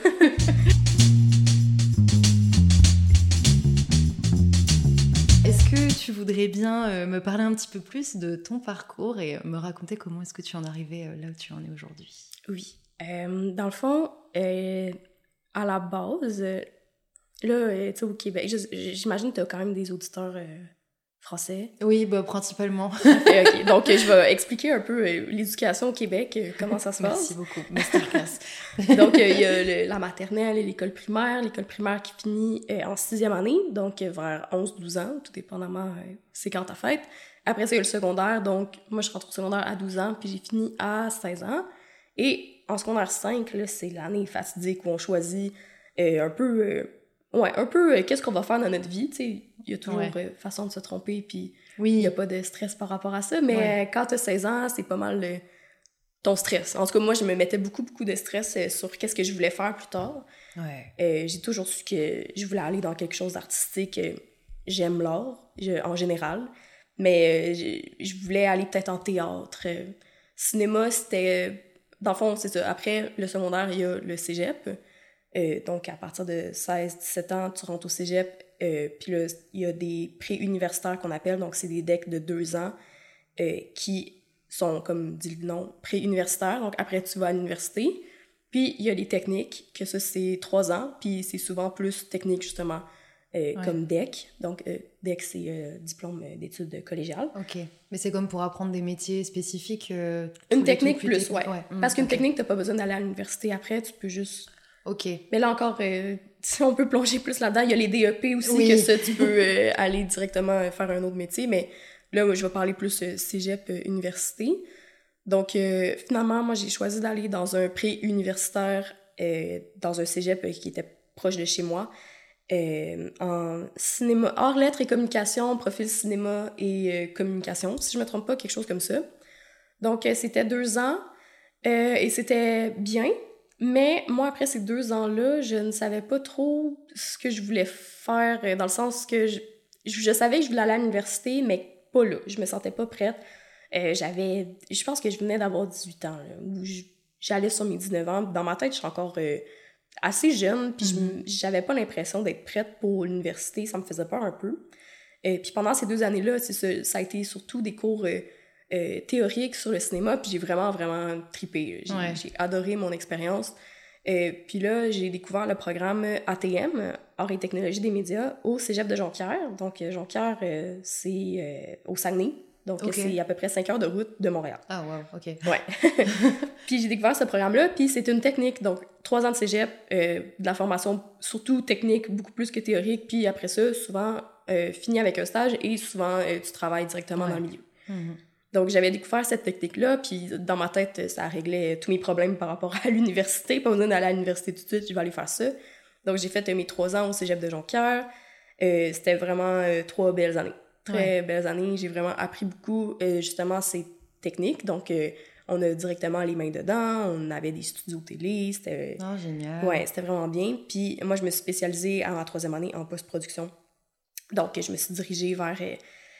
Est-ce que tu voudrais bien euh, me parler un petit peu plus de ton parcours et euh, me raconter comment est-ce que tu en es arrivé euh, là où tu en es aujourd'hui? Oui. Euh, dans le fond, euh, à la base, euh, là, euh, tu sais, au Québec, je- j'imagine que tu as quand même des auditeurs euh, français. Oui, bah, principalement. Ok, ok. Donc, euh, je vais expliquer un peu euh, l'éducation au Québec, euh, comment ça se passe. Merci beaucoup. Masterclass. Donc, euh, il y a le- la maternelle et l'école primaire. L'école primaire qui finit euh, en sixième année, donc euh, vers onze douze ans, tout dépendamment, euh, c'est quand ta fête. Après ça, il y a le secondaire. Donc, moi, je rentre au secondaire à douze ans, puis j'ai fini à seize ans. Et en secondaire cinq, là, c'est l'année fatidique où on choisit euh, un peu... euh, ouais, un peu euh, qu'est-ce qu'on va faire dans notre vie, tu sais. Il y a toujours Ouais. euh, façon de se tromper, puis il Oui. n'y a pas de stress par rapport à ça. Mais Ouais. euh, quand t'as seize ans, c'est pas mal... euh, ton stress. En tout cas, moi, je me mettais beaucoup, beaucoup de stress euh, sur qu'est-ce que je voulais faire plus tard. Ouais. Euh, j'ai toujours su que je voulais aller dans quelque chose d'artistique. euh, J'aime l'art, je- en général. Mais euh, je, je voulais aller peut-être en théâtre. euh, cinéma, c'était... Dans le fond, c'est ça. Après le secondaire, il y a le cégep. Euh, donc, à partir de seize dix-sept ans, tu rentres au cégep. Euh, puis là, il y a des pré-universitaires qu'on appelle. Donc, c'est des decks de deux ans euh, qui sont, comme dit le nom, pré-universitaires. Donc, après, tu vas à l'université. Puis, il y a les techniques, que ça, c'est trois ans. Puis, c'est souvent plus technique, justement, euh, Ouais. comme D E C. Donc, euh, D E C, c'est euh, diplôme d'études collégiales. Ok. Mais c'est comme pour apprendre des métiers spécifiques. euh, Une tous les technique trucs plus, techniques. ouais. Mm, Parce qu'une ok. technique, t'as pas besoin d'aller à l'université après. Tu peux juste... Ok. Mais là encore, euh, si on peut plonger plus là-dedans, il y a les D E P aussi, Oui. que ça, tu peux euh, aller directement euh, faire un autre métier. Mais là, moi, je vais parler plus euh, cégep, euh, université. Donc, euh, finalement, moi, j'ai choisi d'aller dans un pré-universitaire, euh, dans un cégep euh, qui était proche de chez moi, euh, en cinéma, art, lettres et communication, profil cinéma et euh, communication, si je me trompe pas, quelque chose comme ça. Donc, euh, c'était deux ans euh, et c'était bien. Mais moi, après ces deux ans-là, je ne savais pas trop ce que je voulais faire, euh, dans le sens que je, je, je savais que je voulais aller à l'université, mais pas là. Je me sentais pas prête. Euh, j'avais... Je pense que je venais d'avoir dix-huit ans, là, où je- j'allais sur mes dix-neuf ans. Dans ma tête, je suis encore euh, assez jeune, puis je m- j'avais pas l'impression d'être prête pour l'université. Ça me faisait peur un peu. Euh, puis pendant ces deux années-là, c'est ça, ça a été surtout des cours euh, euh, théoriques sur le cinéma, puis j'ai vraiment, vraiment trippé. J'ai, Ouais. j'ai adoré mon expérience. Euh, puis là, j'ai découvert le programme A T M, Art et technologie des médias, au cégep de Jonquière. Donc, euh, Jonquière, euh, c'est euh, au Saguenay. Donc, Ok. c'est à peu près cinq heures de route de Montréal. Ah, wow, ok. Ouais. Puis j'ai découvert ce programme-là, puis c'est une technique, donc trois ans de cégep, euh, de la formation surtout technique, beaucoup plus que théorique, puis après ça, souvent euh, fini avec un stage et souvent euh, tu travailles directement Ouais. dans le milieu. Mhm. Donc j'avais découvert cette technique-là, puis dans ma tête, ça réglait tous mes problèmes par rapport à l'université, pas besoin d'aller à l'université tout de suite, je vais aller faire ça. Donc j'ai fait euh, mes trois ans au cégep de Jonquière, euh, c'était vraiment euh, trois belles années. Très belles années, j'ai vraiment appris beaucoup, euh, justement, ces techniques. Donc, euh, on a directement les mains dedans, on avait des studios télé, c'était... Oh, génial. Ouais, c'était vraiment bien. Puis moi, je me suis spécialisée à ma troisième année en post-production. Donc, je me suis dirigée vers euh,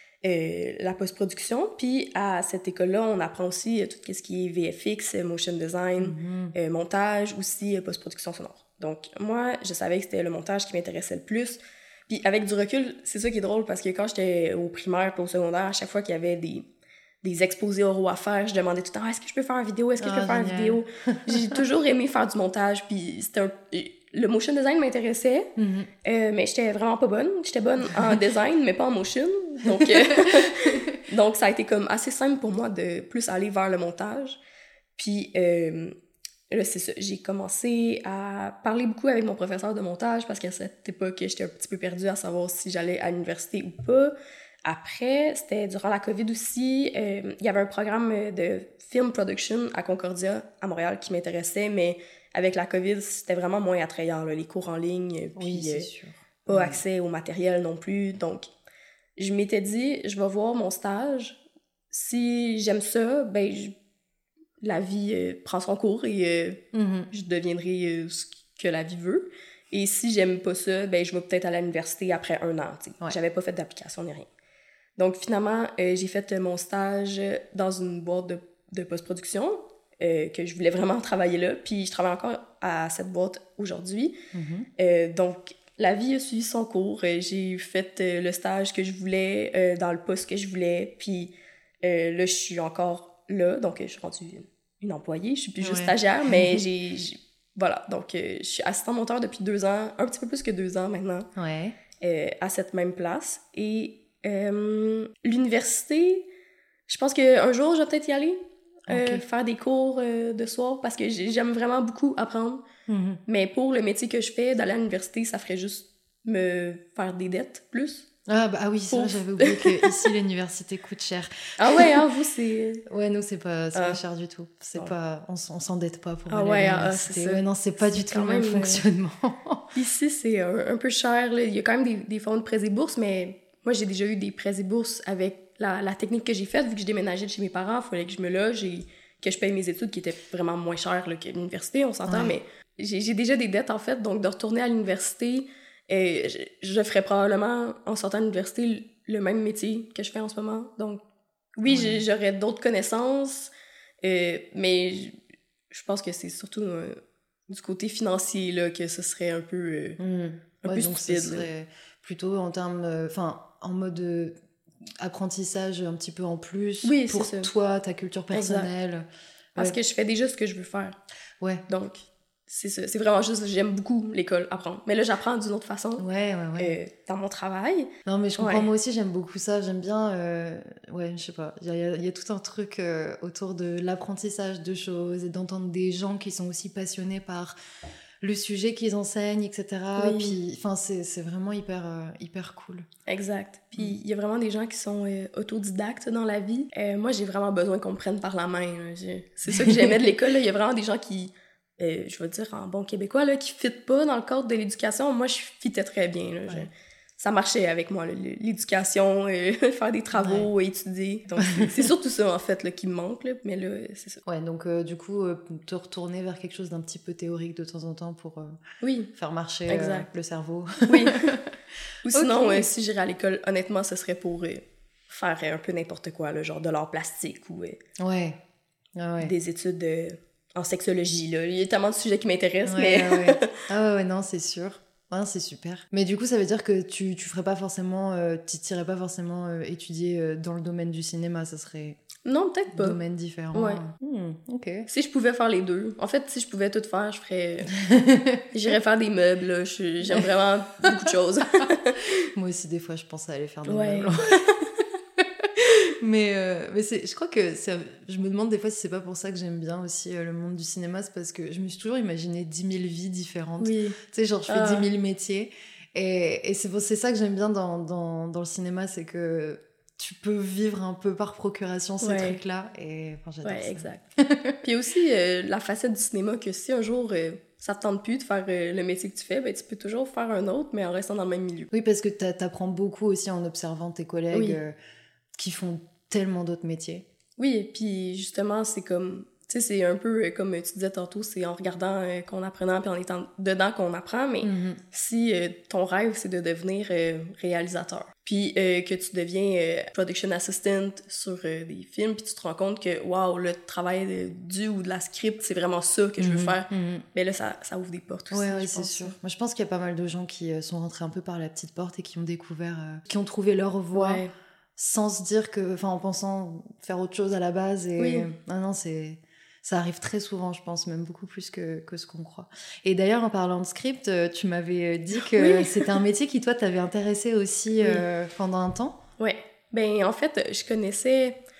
euh, la post-production. Puis à cette école-là, on apprend aussi euh, tout ce qui est V F X, euh, motion design, Mhm. euh, montage, aussi euh, post-production sonore. Donc, moi, je savais que c'était le montage qui m'intéressait le plus. Puis avec du recul, c'est ça qui est drôle, parce que quand j'étais au primaire puis au secondaire, à chaque fois qu'il y avait des, des exposés oraux à faire, je demandais tout le temps « Est-ce que je peux faire une vidéo? Est-ce que je Ah, peux faire une génial. vidéo? » J'ai toujours aimé faire du montage, puis c'était un... Le motion design m'intéressait, Mhm. euh, mais j'étais vraiment pas bonne. J'étais bonne en design, mais pas en motion. Donc, euh, donc ça a été comme assez simple pour moi de plus aller vers le montage. Puis euh, là, c'est ça. J'ai commencé à parler beaucoup avec mon professeur de montage parce qu'à cette époque, j'étais un petit peu perdue à savoir si j'allais à l'université ou pas. Après, c'était durant la COVID aussi. Euh, il y avait un programme de film production à Concordia, à Montréal, qui m'intéressait, mais avec la COVID, c'était vraiment moins attrayant, là, les cours en ligne, puis oui, c'est euh, sûr. pas Ouais. accès au matériel non plus. Donc, je m'étais dit, je vais voir mon stage. Si j'aime ça, ben, je... la vie euh, prend son cours et euh, mm-hmm. je deviendrai euh, ce que la vie veut. Et si j'aime pas ça, ben, je vais peut-être à l'université après un an. Ouais. J'avais pas fait d'application ni rien. Donc, finalement, euh, j'ai fait mon stage dans une boîte de, de post-production euh, que je voulais vraiment travailler là. Puis, je travaille encore à cette boîte aujourd'hui. Mm-hmm. Euh, donc, la vie a suivi son cours. J'ai fait euh, le stage que je voulais euh, dans le poste que je voulais. Puis, euh, là, je suis encore là. Donc, je suis rendue une, une employée. Je suis plus juste ouais. stagiaire, mais j'ai, j'ai... Voilà. Donc, euh, je suis assistante monteur depuis deux ans, un petit peu plus que deux ans maintenant, ouais. euh, à cette même place. Et Euh, l'université, je pense qu'un jour, je vais peut-être y aller, okay. euh, faire des cours euh, de soir, parce que j'aime vraiment beaucoup apprendre. Mm-hmm. Mais pour le métier que je fais, d'aller à l'université, ça ferait juste me faire des dettes plus. Ah, bah, ah oui, c'est pour... vrai, j'avais oublié qu'ici, l'université coûte cher. Ah ouais, hein, vous, c'est... Ouais, nous, c'est pas, c'est ah. pas cher du tout. C'est oh. pas, on, on s'endette pas pour ah aller ouais, à l'université. Ah, c'est ouais, non, c'est pas du tout le même, même fonctionnement. Ici, c'est un, un peu cher. Là. Il y a quand même des, des fonds de prêts et bourses, mais... Moi, j'ai déjà eu des prêts et bourses avec la, la technique que j'ai faite. Vu que je déménageais de chez mes parents, il fallait que je me loge et que je paye mes études qui étaient vraiment moins chères là, qu'à l'université, on s'entend. Ouais. Mais j'ai, j'ai déjà des dettes, en fait. Donc, de retourner à l'université, euh, je, je ferais probablement, en sortant de l'université, le même métier que je fais en ce moment. Donc, oui, ouais. j'aurais d'autres connaissances, euh, mais je, je pense que c'est surtout euh, du côté financier là, que ce serait un peu, euh, mmh. un ouais, peu donc stupide. Ce serait plutôt en termes... Enfin... Euh, en mode euh, apprentissage un petit peu en plus oui, pour ça. toi, ta culture personnelle. Exact. Parce ouais. que je fais déjà ce que je veux faire. Ouais. Donc, c'est ça. C'est vraiment juste, j'aime beaucoup l'école, apprendre. Mais là, j'apprends d'une autre façon. Ouais, ouais, ouais. Euh, dans mon travail. Non, mais je comprends, ouais. moi aussi, j'aime beaucoup ça. J'aime bien, euh, ouais, je sais pas. Il y a, il y a tout un truc euh, autour de l'apprentissage de choses et d'entendre des gens qui sont aussi passionnés par le sujet qu'ils enseignent, et cetera. Oui. Puis, enfin, c'est, c'est vraiment hyper, euh, hyper cool. Exact. Puis, il mm. y a vraiment des gens qui sont euh, autodidactes dans la vie. Euh, moi, j'ai vraiment besoin qu'on me prenne par la main. C'est ça que j'aimais de l'école. Il y a vraiment des gens qui, euh, je veux dire en bon québécois, là, qui ne fitent pas dans le cadre de l'éducation. Moi, je fitais très bien. Là, ouais. je... Ça marchait avec moi, là, l'éducation, euh, faire des travaux, ouais. étudier. Donc, c'est, c'est surtout ça, en fait, là, qui me manque. Là, mais là, c'est ça. Ouais, donc, euh, du coup, euh, te retourner vers quelque chose d'un petit peu théorique de temps en temps pour euh, oui. faire marcher euh, le cerveau. Oui. Ou sinon, okay. euh, si j'irais à l'école, honnêtement, ce serait pour euh, faire euh, un peu n'importe quoi, là, genre de l'art plastique ou euh, ouais. Ah ouais. des études euh, en sexologie. Là. Il y a tellement de sujets qui m'intéressent, ouais, mais... ouais. Ah ouais, ouais, non, c'est sûr. Ouais, c'est super. Mais du coup, ça veut dire que tu, tu ferais pas forcément, euh, tu t'irais pas forcément euh, étudier euh, dans le domaine du cinéma, ça serait... Non, peut-être pas. Domaine différent. Ouais. Mmh, ok. Si je pouvais faire les deux. En fait, si je pouvais tout faire, je ferais... J'irais faire des meubles, là. Je, j'aime vraiment beaucoup de choses. Moi aussi, des fois, je pense à aller faire des ouais. meubles. Mais, euh, mais c'est, je crois que c'est, je me demande des fois si c'est pas pour ça que j'aime bien aussi euh, le monde du cinéma, c'est parce que je me suis toujours imaginé dix mille vies différentes. Oui. Tu sais, genre je fais ah. dix mille métiers. Et, et c'est, c'est ça que j'aime bien dans, dans, dans le cinéma, c'est que tu peux vivre un peu par procuration ces ouais. trucs-là. Et enfin, j'adore ouais, ça. Exact. Puis aussi, euh, la facette du cinéma, que si un jour... Euh... ça te tente plus de faire euh, le métier que tu fais, ben tu peux toujours faire un autre, mais en restant dans le même milieu. Oui, parce que t'apprends beaucoup aussi en observant tes collègues oui. euh, qui font tellement d'autres métiers. Oui, et puis justement, c'est comme... Tu sais, c'est un peu comme tu disais tantôt, c'est en regardant euh, qu'on apprenant, puis en étant dedans qu'on apprend, mais mm-hmm. si euh, ton rêve, c'est de devenir euh, réalisateur, puis euh, que tu deviens euh, production assistant sur euh, des films, puis tu te rends compte que, waouh, le travail de, du ou de la script, c'est vraiment ça que je veux mm-hmm. faire, mm-hmm. mais là, ça, ça ouvre des portes aussi. Ouais, ouais, c'est sûr. Moi, je pense qu'il y a pas mal de gens qui euh, sont rentrés un peu par la petite porte et qui ont découvert, euh, qui ont trouvé leur voie. Ouais. Sans se dire que, enfin, en pensant faire autre chose à la base. Et oui. non, non, c'est, ça arrive très souvent, je pense, même beaucoup plus que, que ce qu'on croit. Et d'ailleurs, en parlant de script, tu m'avais dit que oui. c'était un métier qui, toi, t'avait intéressé aussi oui. euh, pendant un temps. Ouais. Ben, en fait, je connaissais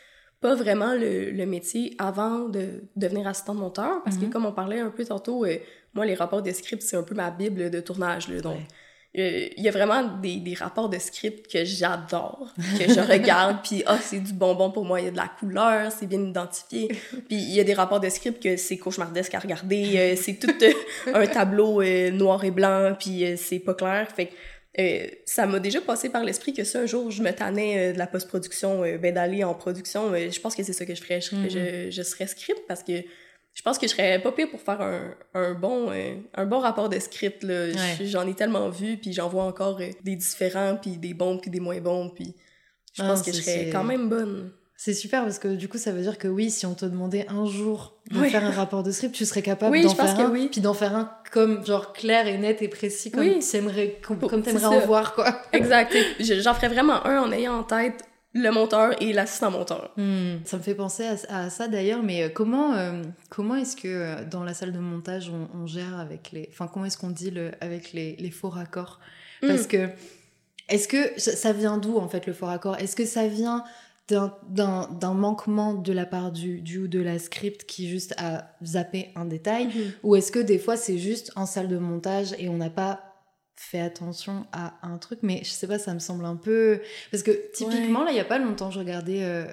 pas vraiment le, le métier avant de devenir assistante monteur, parce mm-hmm. que comme on parlait un peu tantôt, euh, moi, les rapports de script, c'est un peu ma bible de tournage, là, donc... Ouais. Il euh, y a vraiment des, des rapports de script que j'adore, que je regarde, puis ah, c'est du bonbon pour moi, il y a de la couleur, c'est bien identifié. Puis il y a des rapports de script que c'est cauchemardesque à regarder, euh, c'est tout euh, un tableau euh, noir et blanc, puis euh, c'est pas clair. Fait que euh, ça m'a déjà passé par l'esprit que si un jour je me tannais euh, de la post-production, euh, ben d'aller en production, euh, je pense que c'est ça que je ferais. Je, mm-hmm. je, je serais script parce que je pense que je serais pas pire pour faire un, un, bon, euh, un bon rapport de script, là. Ouais. J'en ai tellement vu, puis j'en vois encore euh, des différents, puis des bons, puis des moins bons, puis je ah, pense que je serais c'est... quand même bonne. C'est super, parce que du coup, ça veut dire que oui, si on te demandait un jour de oui. faire un rapport de script, tu serais capable oui, d'en je pense faire que un, oui. puis d'en faire un comme, genre, clair et net et précis, comme oui. t'aimerais, comme, comme t'aimerais en voir, quoi. Exact. J'en ferais vraiment un en ayant en tête le monteur et l'assistant monteur. Mmh. Ça me fait penser à, à ça d'ailleurs, mais comment, euh, comment est-ce que euh, dans la salle de montage on, on gère avec les... Enfin, comment est-ce qu'on deal avec les, les faux raccords ? Parce mmh. que, est-ce que ça vient d'où en fait le faux raccord ? Est-ce que ça vient d'un, d'un, d'un manquement de la part du, du ou de la script qui juste a zappé un détail ? mmh. Ou est-ce que des fois c'est juste en salle de montage et on n'a pas fait attention à un truc, mais je sais pas, ça me semble un peu... Parce que typiquement, ouais. là, il y a pas longtemps, je regardais... Euh...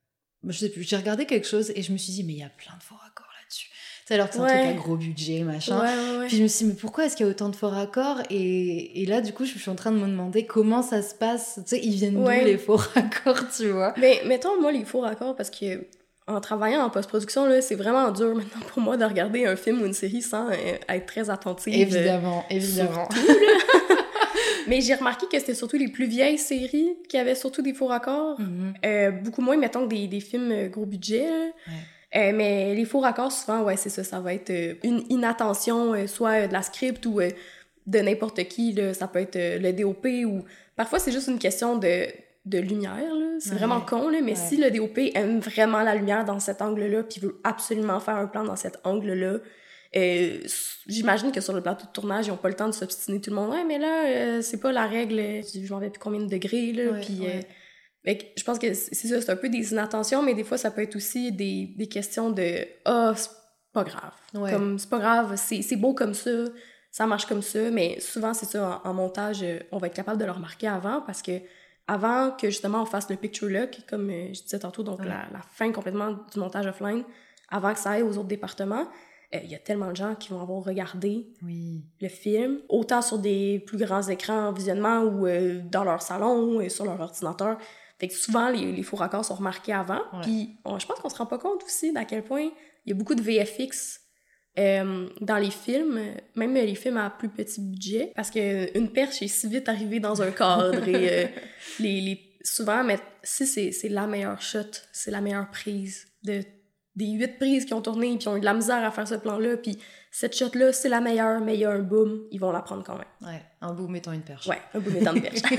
Je sais plus, j'ai regardé quelque chose et je me suis dit, mais il y a plein de faux raccords là-dessus. Tu sais, alors que c'est ouais. un truc à gros budget, machin. Ouais, ouais, ouais. Puis je me suis dit, mais pourquoi est-ce qu'il y a autant de faux raccords ? et... et là, du coup, je suis en train de me demander comment ça se passe. Tu sais, ils viennent ouais. d'où, les faux raccords, tu vois ? Mais mettons, moi, les faux raccords, parce que... En travaillant en post-production, là, c'est vraiment dur maintenant pour moi de regarder un film ou une série sans euh, être très attentive. Évidemment, euh, évidemment. Surtout, là. Mais j'ai remarqué que c'était surtout les plus vieilles séries qui avaient surtout des faux raccords. Mm-hmm. Euh, beaucoup moins, mettons, que des, des films gros budget. Ouais. Euh, mais les faux raccords, souvent, ouais, c'est ça. Ça va être euh, une inattention, euh, soit de la script ou euh, de n'importe qui. Là, ça peut être euh, le D O P ou... Parfois, c'est juste une question de... de lumière, là. C'est ouais. vraiment con, là, mais ouais. si le D O P aime vraiment la lumière dans cet angle-là, puis veut absolument faire un plan dans cet angle-là, euh, j'imagine que sur le plateau de tournage, ils n'ont pas le temps de s'obstiner tout le monde. « Ouais, mais là, euh, c'est pas la règle, je m'en vais plus combien de degrés, là. Ouais, » Puis ouais. euh, je pense que c'est ça, c'est un peu des inattentions, mais des fois, ça peut être aussi des, des questions de « Ah, oh, c'est pas grave. Ouais. » Comme « C'est pas grave, c'est, c'est beau comme ça, ça marche comme ça. » Mais souvent, c'est ça, en, en montage, on va être capable de le remarquer avant, parce que avant que, justement, on fasse le picture lock, comme euh, je disais tantôt, donc ouais. la, la fin complètement du montage offline, avant que ça aille aux autres départements, il euh, y a tellement de gens qui vont avoir regardé oui. le film, autant sur des plus grands écrans en visionnement ou euh, dans leur salon, et sur leur ordinateur. Fait que souvent, les, les faux raccords sont remarqués avant. Ouais. Puis je pense qu'on se rend pas compte aussi d'à quel point il y a beaucoup de V F X Euh, dans les films, même les films à plus petit budget, parce qu'une perche est si vite arrivée dans un cadre et euh, les, les, souvent, mais si c'est, c'est la meilleure shot, c'est la meilleure prise de, des huit prises qui ont tourné et qui ont eu de la misère à faire ce plan-là, puis cette shot-là, c'est la meilleure, mais il y a un boom, ils vont la prendre quand même. Ouais, un boom étant une perche. Ouais, un boom étant une perche.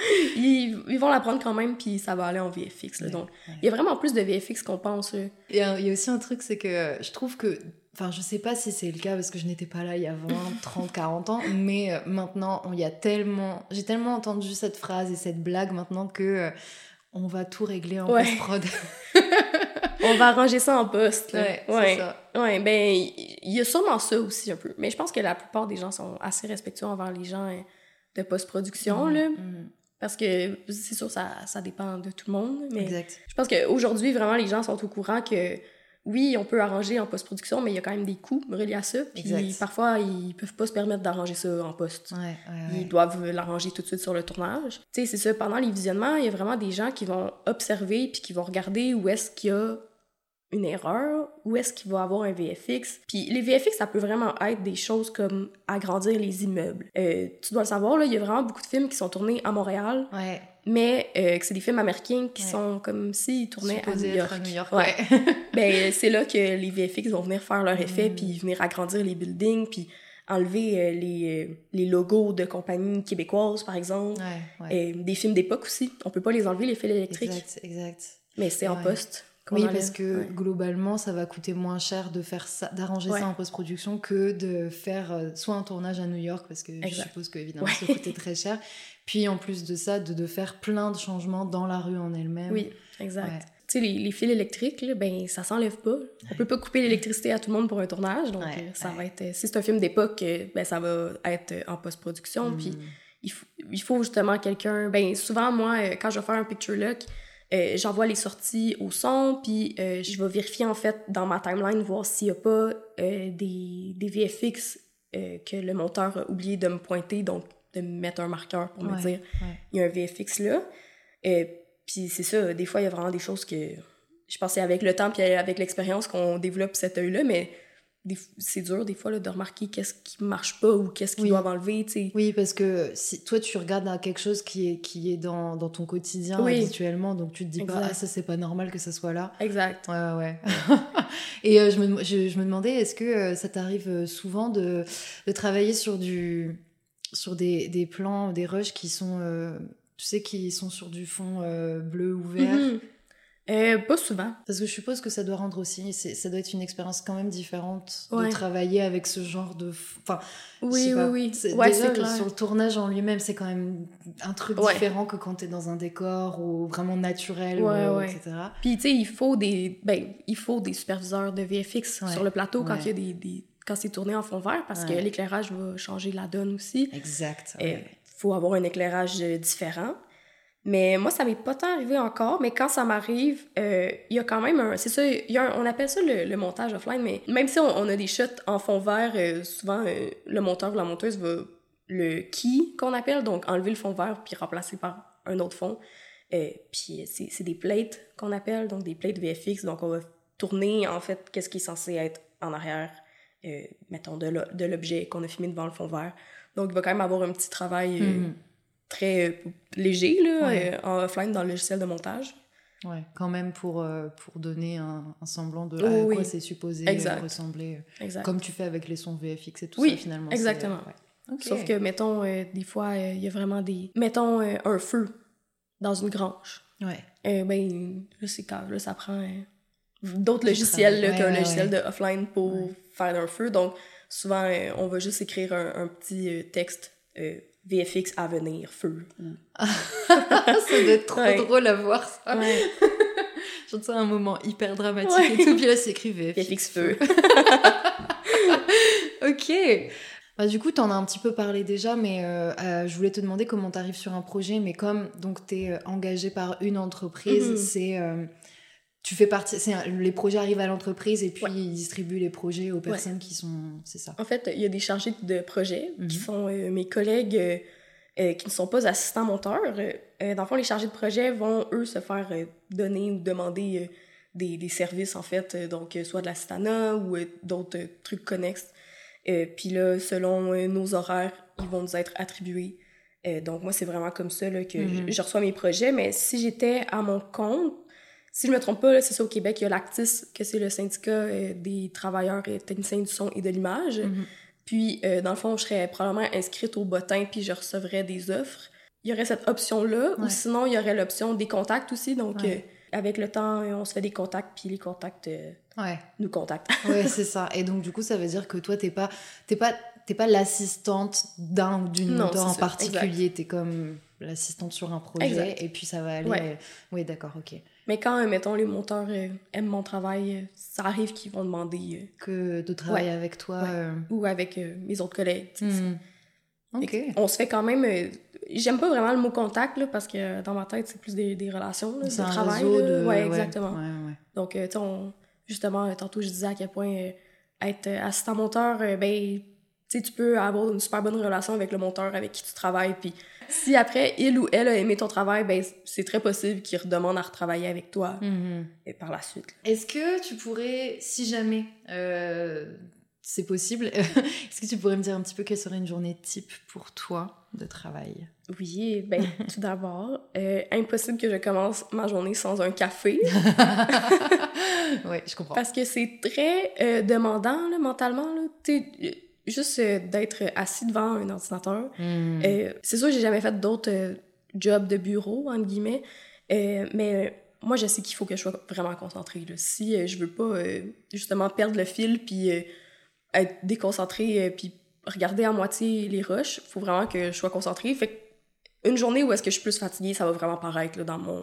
ils, ils vont la prendre quand même, puis ça va aller en V F X. Là, ouais, donc, il ouais. y a vraiment plus de V F X qu'on pense. Là. Il y a, il y a aussi un truc, c'est que je trouve que enfin, je sais pas si c'est le cas parce que je n'étais pas là il y a vingt, trente, quarante ans, mais euh, maintenant, il y a tellement... J'ai tellement entendu cette phrase et cette blague maintenant que euh, on va tout régler en ouais. post-prod. On va arranger ça en post. Là. Ouais, ouais, c'est ça. Ouais, ben, il y a sûrement ça aussi un peu. Mais je pense que la plupart des gens sont assez respectueux envers les gens hein, de post-production, mmh, là. Mmh. Parce que, c'est sûr, ça, ça dépend de tout le monde. Mais exact. Je pense qu'aujourd'hui, vraiment, les gens sont au courant que oui, on peut arranger en post-production, mais il y a quand même des coûts reliés à ça. Puis exact. Parfois, ils peuvent pas se permettre d'arranger ça en post. Ouais, ouais, ouais. Ils doivent l'arranger tout de suite sur le tournage. Tu sais, c'est ça, pendant les visionnements, il y a vraiment des gens qui vont observer puis qui vont regarder où est-ce qu'il y a une erreur, où est-ce qu'il va y avoir un V F X. Puis les V F X, ça peut vraiment être des choses comme agrandir les immeubles. Euh, tu dois le savoir, là, il y a vraiment beaucoup de films qui sont tournés à Montréal. Ouais. Mais euh, que c'est des films américains qui ouais. sont comme s'ils tournaient à New York. À New York ouais. ouais. Ben, c'est là que les V F X vont venir faire leur effet, mm. puis venir agrandir les buildings, puis enlever euh, les, euh, les logos de compagnies québécoises, par exemple. Ouais, ouais. Et des films d'époque aussi. On peut pas les enlever, les fils électriques. Exact, exact. Mais c'est ouais. en poste. Oui, parce que ouais. globalement, ça va coûter moins cher de faire ça, d'arranger ouais. ça en post-production que de faire euh, soit un tournage à New York, parce que exact. Je suppose que évidemment ouais. ça coûtait très cher. Puis en plus de ça, de, de faire plein de changements dans la rue en elle-même. Oui, exact. Ouais. Tu sais, les, les fils électriques, là, ben, ça s'enlève pas. On peut pas couper l'électricité à tout le monde pour un tournage, donc ouais, ça ouais. va être... Si c'est un film d'époque, ben, ça va être en post-production, mm. puis il faut, il faut justement quelqu'un... Ben, souvent, moi, quand je vais faire un picture look, euh, j'envoie les sorties au son, puis euh, je vais vérifier, en fait, dans ma timeline, voir s'il y a pas euh, des, des V F X euh, que le monteur a oublié de me pointer, donc de me mettre un marqueur pour ouais, me dire ouais. il y a un V F X là. Euh, puis c'est ça, des fois, il y a vraiment des choses que je pense que c'est avec le temps puis avec l'expérience qu'on développe cet œil-là, mais des, c'est dur des fois là, de remarquer qu'est-ce qui marche pas ou qu'est-ce qu'ils oui. doivent enlever, tu sais. Oui, parce que si toi, tu regardes quelque chose qui est, qui est dans, dans ton quotidien oui. habituellement, donc tu te dis exact. Pas « Ah, ça, c'est pas normal que ça soit là ». Exact. Ouais, ouais. Et euh, je, me, je, je me demandais, est-ce que euh, ça t'arrive souvent de, de travailler sur, du, sur des, des plans, des rushs qui sont, euh, tu sais, qui sont sur du fond euh, bleu ou vert mm-hmm. Euh, pas souvent. Parce que je suppose que ça doit rendre aussi, c'est, ça doit être une expérience quand même différente ouais. de travailler avec ce genre de... Enfin, oui, oui, oui. C'est, ouais, déjà, c'est clair. Sur le tournage en lui-même, c'est quand même un truc ouais. différent que quand t'es dans un décor ou vraiment naturel, ouais, ou, ouais. et cetera. Puis, tu sais, il faut des... Ben, il faut des superviseurs de V F X ouais. sur le plateau ouais. quand il y a des... des... quand c'est tourné en fond vert, parce ouais. que l'éclairage va changer la donne aussi. Exact. Il ouais. faut avoir un éclairage différent. Mais moi, ça m'est pas tant arrivé encore, mais quand ça m'arrive, il euh, y a quand même un... C'est ça, y a un, on appelle ça le, le montage offline, mais même si on, on a des shots en fond vert, euh, souvent, euh, le monteur ou la monteuse va le key, qu'on appelle, donc enlever le fond vert puis remplacer par un autre fond. Euh, puis c'est, c'est des plates qu'on appelle, donc des plates V F X, donc on va tourner, en fait, qu'est-ce qui est censé être en arrière, euh, mettons, de, lo- de l'objet qu'on a filmé devant le fond vert. Donc, il va quand même avoir un petit travail... Euh, mm-hmm. très euh, léger, là, ouais. euh, en offline dans le logiciel de montage. Ouais, quand même pour, euh, pour donner un, un semblant de oh, à oui. quoi c'est supposé exact. ressembler. Exact. Comme tu fais avec les sons V F X et tout oui, ça, finalement. exactement. C'est, ouais. okay. Sauf que, mettons, euh, des fois, il euh, y a vraiment des... Mettons euh, un feu dans une grange. Ouais. Euh, ben, là, c'est quand, là, ça prend euh, d'autres logiciels là, ouais, qu'un ouais, logiciel ouais. de offline pour ouais. faire un feu. Donc, souvent, euh, on va juste écrire un, un petit euh, texte euh, V F X à venir, feu. Ça doit être trop ouais. drôle à voir ça. Ouais. Je trouve ça un moment hyper dramatique ouais. et tout. Puis là, c'est écrit V F X, V F X feu. Ok. Bah, du coup, t'en as un petit peu parlé déjà, mais euh, euh, je voulais te demander comment t'arrives sur un projet. Mais comme donc t'es euh, engagé par une entreprise, mm-hmm. c'est... Euh, tu fais partie, c'est un, les projets arrivent à l'entreprise et puis ouais. ils distribuent les projets aux personnes ouais. qui sont... C'est ça. En fait, il y a des chargés de projet mm-hmm. qui sont euh, mes collègues euh, euh, qui ne sont pas assistants monteurs. Euh, dans le fond, les chargés de projet vont, eux, se faire euh, donner ou demander euh, des, des services, en fait. Euh, donc, euh, soit de l'assistanat ou euh, d'autres euh, trucs connexes. Euh, puis là, selon euh, nos horaires, ils vont nous être attribués. Euh, donc, moi, c'est vraiment comme ça là, que mm-hmm. je, je reçois mes projets. Mais si j'étais à mon compte, si je me trompe pas, là, c'est ça au Québec, il y a l'Actis, que c'est le syndicat euh, des travailleurs et techniciens du son et de l'image. Mm-hmm. Puis, euh, dans le fond, je serais probablement inscrite au bottin, puis je recevrais des offres. Il y aurait cette option-là, ouais. ou sinon, il y aurait l'option des contacts aussi. Donc, ouais. euh, avec le temps, on se fait des contacts, puis les contacts euh, ouais. nous contactent. Oui, c'est ça. Et donc, du coup, ça veut dire que toi, t'es pas, t'es pas, t'es pas l'assistante d'un ou d'une monteur en ça. particulier. Exact. T'es comme l'assistante sur un projet, exact. Et puis ça va aller... Ouais. Oui, d'accord, ok. Mais quand, mettons, les monteurs euh, aiment mon travail, euh, ça arrive qu'ils vont demander... Euh, que de travailler ouais. avec toi. Ouais. Euh... Ou avec euh, mes autres collègues. Mmh. OK. On se fait quand même... Euh, j'aime pas vraiment le mot contact, là, parce que dans ma tête, c'est plus des, des relations, là, c'est de un travail. Réseau là. de... Ouais, exactement. Ouais, ouais. Donc, euh, tu sais, on... justement, tantôt, je disais à quel point euh, être assistant monteur, euh, ben, tu sais, tu peux avoir une super bonne relation avec le monteur avec qui tu travailles, puis si après, il ou elle a aimé ton travail, ben c'est très possible qu'il redemande à retravailler avec toi mm-hmm. et par la suite. Est-ce que tu pourrais, si jamais euh, c'est possible, est-ce que tu pourrais me dire un petit peu quelle serait une journée type pour toi de travail? Oui, ben tout d'abord, euh, impossible que je commence ma journée sans un café. Oui, je comprends. Parce que c'est très euh, demandant là, mentalement. Là. Tu sais, juste euh, d'être assis devant un ordinateur. Mm. Euh, c'est sûr que j'ai jamais fait d'autres euh, jobs de bureau, entre guillemets, euh, mais euh, moi, je sais qu'il faut que je sois vraiment concentrée. Là. Si euh, je veux pas, euh, justement, perdre le fil, puis euh, être déconcentrée, euh, puis regarder à moitié les rushs, il faut vraiment que je sois concentrée. Fait qu'une journée où est-ce que je suis plus fatiguée, ça va vraiment paraître là, dans mon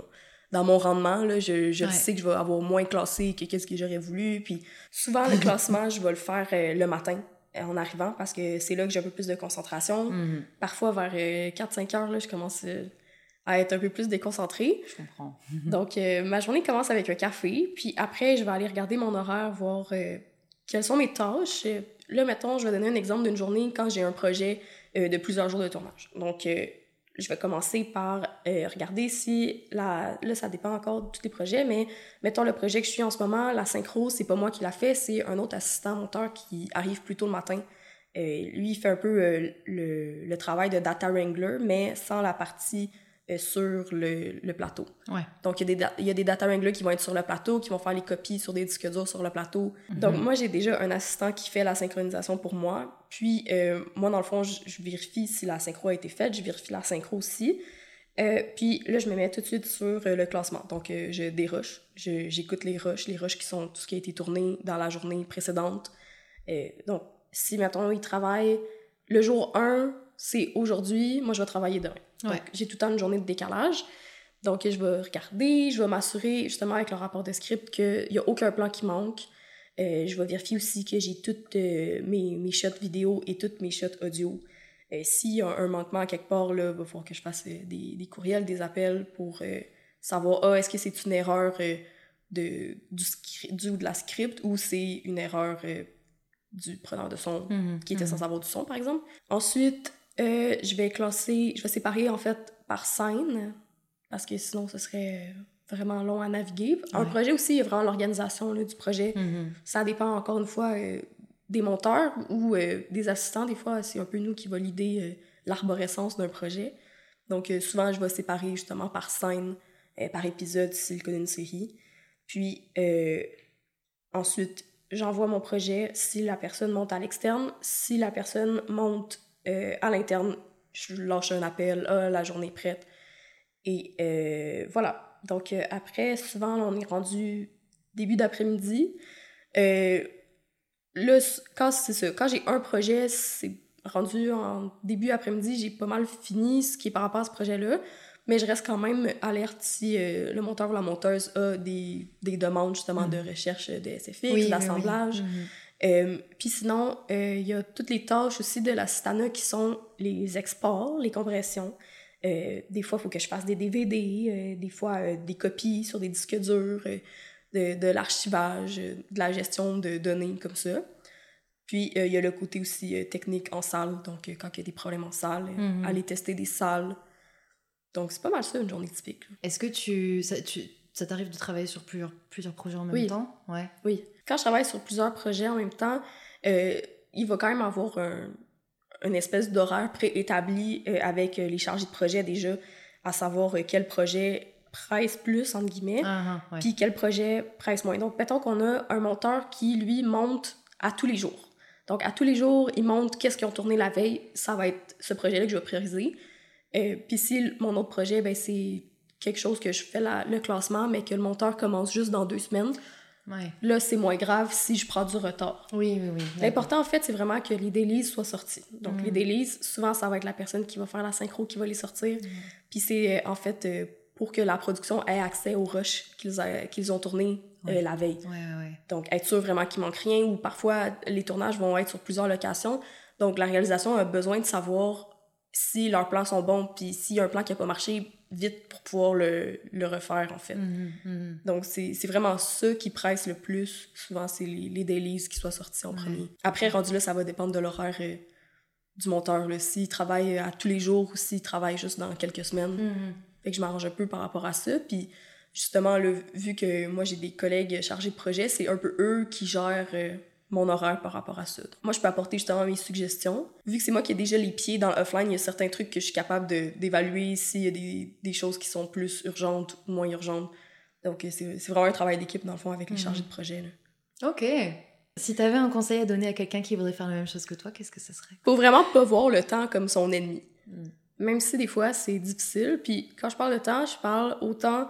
dans mon rendement, là, je, je ouais. sais que je vais avoir moins classé que qu'est-ce que j'aurais voulu. Puis souvent, le classement, je vais le faire euh, le matin, euh, en arrivant, parce que c'est là que j'ai un peu plus de concentration. Mm-hmm. Parfois, vers euh, quatre cinq heures, là, je commence euh, à être un peu plus déconcentrée. Je comprends. Donc, euh, ma journée commence avec un café, puis après, je vais aller regarder mon horaire, voir euh, quelles sont mes tâches. Euh, là, mettons, je vais donner un exemple d'une journée quand j'ai un projet euh, de plusieurs jours de tournage. Donc, euh, je vais commencer par euh, regarder si... La... Là, ça dépend encore de tous les projets, mais mettons le projet que je suis en ce moment, la synchro, c'est pas moi qui l'a fait, c'est un autre assistant monteur qui arrive plus tôt le matin. Euh, lui, il fait un peu euh, le, le travail de data wrangler, mais sans la partie euh, sur le, le plateau. Ouais. Donc, il y, a des da- il y a des data wranglers qui vont être sur le plateau, qui vont faire les copies sur des disques durs sur le plateau. Mm-hmm. Donc, moi, j'ai déjà un assistant qui fait la synchronisation pour moi. Puis, euh, moi, dans le fond, je, je vérifie si la synchro a été faite. Je vérifie la synchro aussi. Euh, puis là, je me mets tout de suite sur euh, le classement. Donc, euh, je dérush. Je, j'écoute les rushs, les rushs qui sont tout ce qui a été tourné dans la journée précédente. Euh, donc, si, mettons, il travaille le jour un, c'est aujourd'hui, moi, je vais travailler demain. Donc, ouais. J'ai tout le temps une journée de décalage. Donc, je vais regarder, je vais m'assurer, justement, avec le rapport de script, qu'il n'y a aucun plan qui manque. Euh, je vais vérifier aussi que j'ai toutes euh, mes, mes shots vidéo et toutes mes shots audio. Euh, s'il y a un manquement à quelque part, là, il va falloir que je fasse euh, des, des courriels, des appels pour euh, savoir, ah, est-ce que c'est une erreur euh, de, du, du ou de la script ou c'est une erreur euh, du preneur de son mm-hmm. qui était mm-hmm. censé avoir du son, par exemple. Ensuite, euh, je vais classer, je vais séparer, en fait, par scène, parce que sinon, ce serait vraiment long à naviguer. Ouais. Un projet aussi, il y a vraiment l'organisation là, du projet. Mm-hmm. Ça dépend, encore une fois, euh, des monteurs ou euh, des assistants. Des fois, c'est un peu nous qui va l'idée euh, l'arborescence d'un projet. Donc, euh, souvent, je vais séparer justement par scène, euh, par épisode, si c'est le cas d'une série. Puis, euh, ensuite, j'envoie mon projet si la personne monte à l'externe. Si la personne monte euh, à l'interne, je lâche un appel. Ah, la journée est prête. Et euh, voilà. Donc, euh, après, souvent, on est rendu début d'après-midi. Euh, là, quand c'est ça, quand j'ai un projet, c'est rendu en début après-midi, j'ai pas mal fini ce qui est par rapport à ce projet-là. Mais je reste quand même alerte si euh, le monteur ou la monteuse a des, des demandes, justement, mmh. de recherche de S F X, oui, d'assemblage. Oui, oui. Mmh. Euh, puis sinon, il euh, y a toutes les tâches aussi de l'assistana qui sont les exports, les compressions. Euh, des fois, il faut que je fasse des D V D, euh, des fois euh, des copies sur des disques durs, euh, de, de l'archivage, euh, de la gestion de données comme ça. Puis, il euh, y a le côté aussi euh, technique en salle. Donc, euh, quand il y a des problèmes en salle, euh, mm-hmm. aller tester des salles. Donc, c'est pas mal ça, une journée typique. Là. Est-ce que tu ça, tu, ça t'arrive de travailler sur plusieurs, plusieurs projets en même oui. temps? Ouais. Oui. Quand je travaille sur plusieurs projets en même temps, euh, il va quand même avoir un... une espèce d'horaire préétabli euh, avec euh, les chargés de projet déjà, à savoir euh, quel projet presse plus, entre guillemets, uh-huh, ouais. puis quel projet presse moins. Donc, mettons qu'on a un monteur qui, lui, monte à tous les jours. Donc, à tous les jours, il monte qu'est-ce qu'ils ont tourné la veille. Ça va être ce projet-là que je vais prioriser. Euh, puis si mon autre projet, ben, c'est quelque chose que je fais la, le classement, mais que le monteur commence juste dans deux semaines, ouais. là, c'est moins grave si je prends du retard. Oui, oui, oui. L'important, en fait, c'est vraiment que les dailies soient sortis. Donc, mm. les dailies, souvent, ça va être la personne qui va faire la synchro qui va les sortir. Mm. Puis c'est, en fait, euh, pour que la production ait accès aux rushs qu'ils, a, qu'ils ont tournés ouais. euh, la veille. Ouais, ouais, ouais. Donc, être sûr vraiment qu'il manque rien, ou parfois, les tournages vont être sur plusieurs locations. Donc, la réalisation a besoin de savoir si leurs plans sont bons, puis s'il y a un plan qui n'a pas marché, vite pour pouvoir le, le refaire, en fait. Mm-hmm, mm-hmm. Donc, c'est, c'est vraiment ça qui presse le plus. Souvent, c'est les, les dailies qui soient sortis en mm-hmm. premier. Après, rendu là, ça va dépendre de l'horaire euh, du monteur. Là. S'il travaille à tous les jours ou s'il travaille juste dans quelques semaines. Mm-hmm. Fait que je m'arrange un peu par rapport à ça. Puis, justement, là, vu que moi, j'ai des collègues chargés de projet, c'est un peu eux qui gèrent... Euh, mon horaire par rapport à ça. Moi, je peux apporter justement mes suggestions. Vu que c'est moi qui ai déjà les pieds dans l'offline, il y a certains trucs que je suis capable de, d'évaluer s'il y a des, des choses qui sont plus urgentes ou moins urgentes. Donc, c'est, c'est vraiment un travail d'équipe, dans le fond, avec les mmh. chargés de projet. Là. OK. Si tu avais un conseil à donner à quelqu'un qui voudrait faire la même chose que toi, qu'est-ce que ce serait? Faut vraiment pas voir le temps comme son ennemi. Mmh. Même si des fois, c'est difficile. Puis quand je parle de temps, je parle autant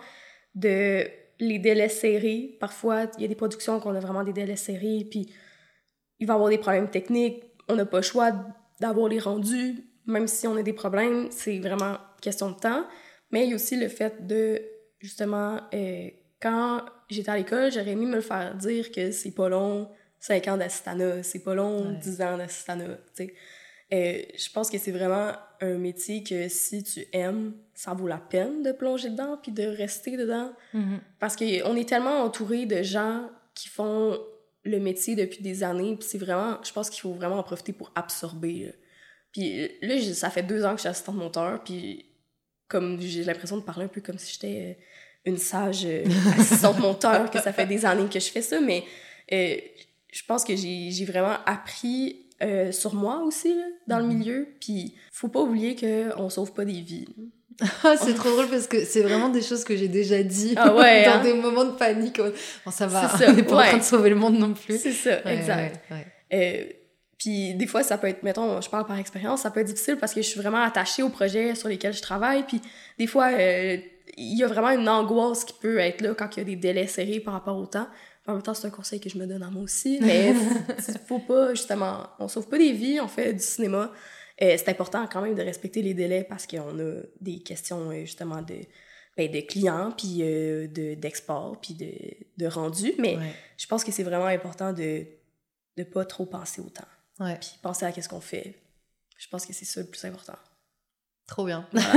de les délais serrés. Parfois, il y a des productions qu'on a vraiment des délais serrés, puis il va y avoir des problèmes techniques, on n'a pas le choix d'avoir les rendus, même si on a des problèmes, c'est vraiment question de temps. Mais il y a aussi le fait de justement, euh, quand j'étais à l'école, j'aurais aimé me le faire dire que c'est pas long cinq ans d'assistanat, c'est pas long ouais. dix ans d'assistanat, tu sais. Euh, je pense que c'est vraiment un métier que si tu aimes, ça vaut la peine de plonger dedans puis de rester dedans. Mm-hmm. Parce qu'on est tellement entouré de gens qui font le métier depuis des années, puis c'est vraiment... Je pense qu'il faut vraiment en profiter pour absorber, là. Puis là, ça fait deux ans que je suis assistante monteur, puis comme j'ai l'impression de parler un peu comme si j'étais une sage assistante monteur, que ça fait des années que je fais ça, mais euh, je pense que j'ai, j'ai vraiment appris... Euh, sur moi aussi, là, dans mm-hmm. le milieu. Puis, faut pas oublier qu'on sauve pas des vies. C'est trop drôle parce que c'est vraiment des choses que j'ai déjà dit ah ouais, dans hein? des moments de panique. Bon, ça va, ça, on n'est pas ouais. en train de sauver le monde non plus. C'est ça, ouais, exact. Ouais, ouais. Euh, puis, des fois, ça peut être, mettons, je parle par expérience, ça peut être difficile parce que je suis vraiment attachée aux projets sur lesquels je travaille. Puis, des fois, euh, il y a vraiment une angoisse qui peut être là quand il y a des délais serrés par rapport au temps. En même temps, c'est un conseil que je me donne à moi aussi, mais il faut pas, justement, on sauve pas des vies, on fait du cinéma. Euh, c'est important quand même de respecter les délais parce qu'on a des questions, justement, de, ben, de clients, puis euh, de, d'export, puis de, de rendu, mais ouais. je pense que c'est vraiment important de ne pas trop penser au temps. Ouais. Puis penser à qu'est-ce qu'on fait. Je pense que c'est ça le plus important. Trop bien. Voilà.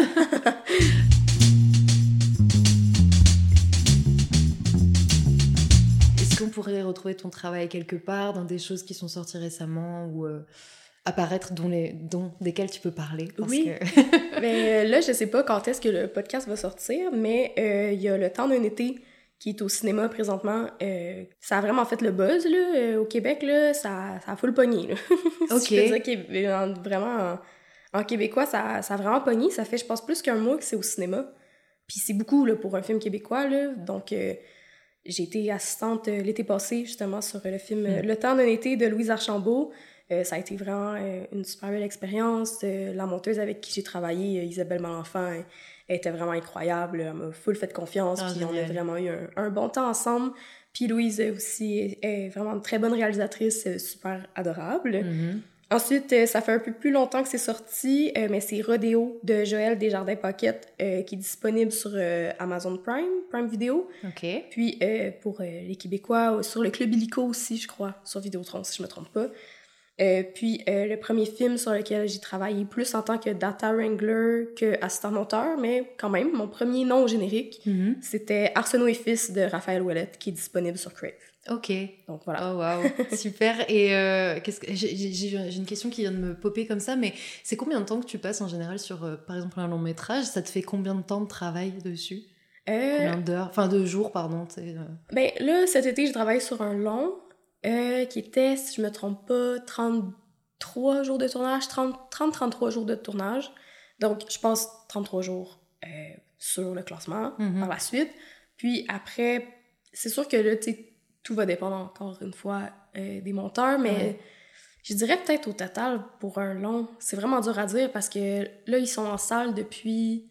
Est-ce qu'on pourrait retrouver ton travail quelque part dans des choses qui sont sorties récemment ou euh, apparaître dont, les, dont desquelles tu peux parler parce oui, que... mais là, je sais pas quand est-ce que le podcast va sortir, mais il euh, y a Le temps d'un été qui est au cinéma présentement. Euh, ça a vraiment fait le buzz là, euh, au Québec, là, ça, ça a full pogné. Là. Ok. Si je peux dire que, vraiment, en, en québécois, ça, ça a vraiment pogné. Ça fait, je pense, plus qu'un mois que c'est au cinéma. Puis c'est beaucoup là, pour un film québécois, là, donc... Euh, J'ai été assistante euh, l'été passé, justement, sur euh, le film euh, mm. Le temps d'un été de Louise Archambault. Euh, ça a été vraiment euh, une super belle expérience. Euh, la monteuse avec qui j'ai travaillé, euh, Isabelle Malenfant, elle, elle était vraiment incroyable. Elle m'a full fait confiance. Oh, puis on a vraiment eu un, un bon temps ensemble. Puis Louise aussi est, est vraiment une très bonne réalisatrice, euh, super adorable. Mm-hmm. Ensuite, euh, ça fait un peu plus longtemps que c'est sorti, euh, mais c'est Rodéo de Joël Desjardins-Paquette euh, qui est disponible sur euh, Amazon Prime, Prime Video. OK. Puis euh, pour euh, les Québécois, sur le Club Illico aussi, je crois, sur Vidéotron, si je me trompe pas. Euh, puis euh, le premier film sur lequel j'ai travaillé plus en tant que data wrangler que assistant monteur, mais quand même, mon premier nom au générique, mm-hmm. c'était Arsenault et Fils de Raphaël Ouellette, qui est disponible sur Crave. Ok. Donc voilà. Oh waouh, super. Et euh, qu'est-ce que j'ai, j'ai, j'ai une question qui vient de me popper comme ça, mais c'est combien de temps que tu passes en général sur, euh, par exemple, un long métrage? Ça te fait combien de temps de travail dessus? euh... Combien d'heures? Enfin, de jours, pardon. Euh... Ben là, cet été, j'ai travaillé sur un long euh, qui était, si je me trompe pas, trente-trois jours de tournage, trente à trente-trois jours de tournage. Donc, je passe trente-trois jours euh, sur le classement mm-hmm. par la suite. Puis après, c'est sûr que là, tu sais, tout va dépendre encore une fois euh, des monteurs, mais ouais. je dirais peut-être au total pour un long, c'est vraiment dur à dire parce que là, ils sont en salle depuis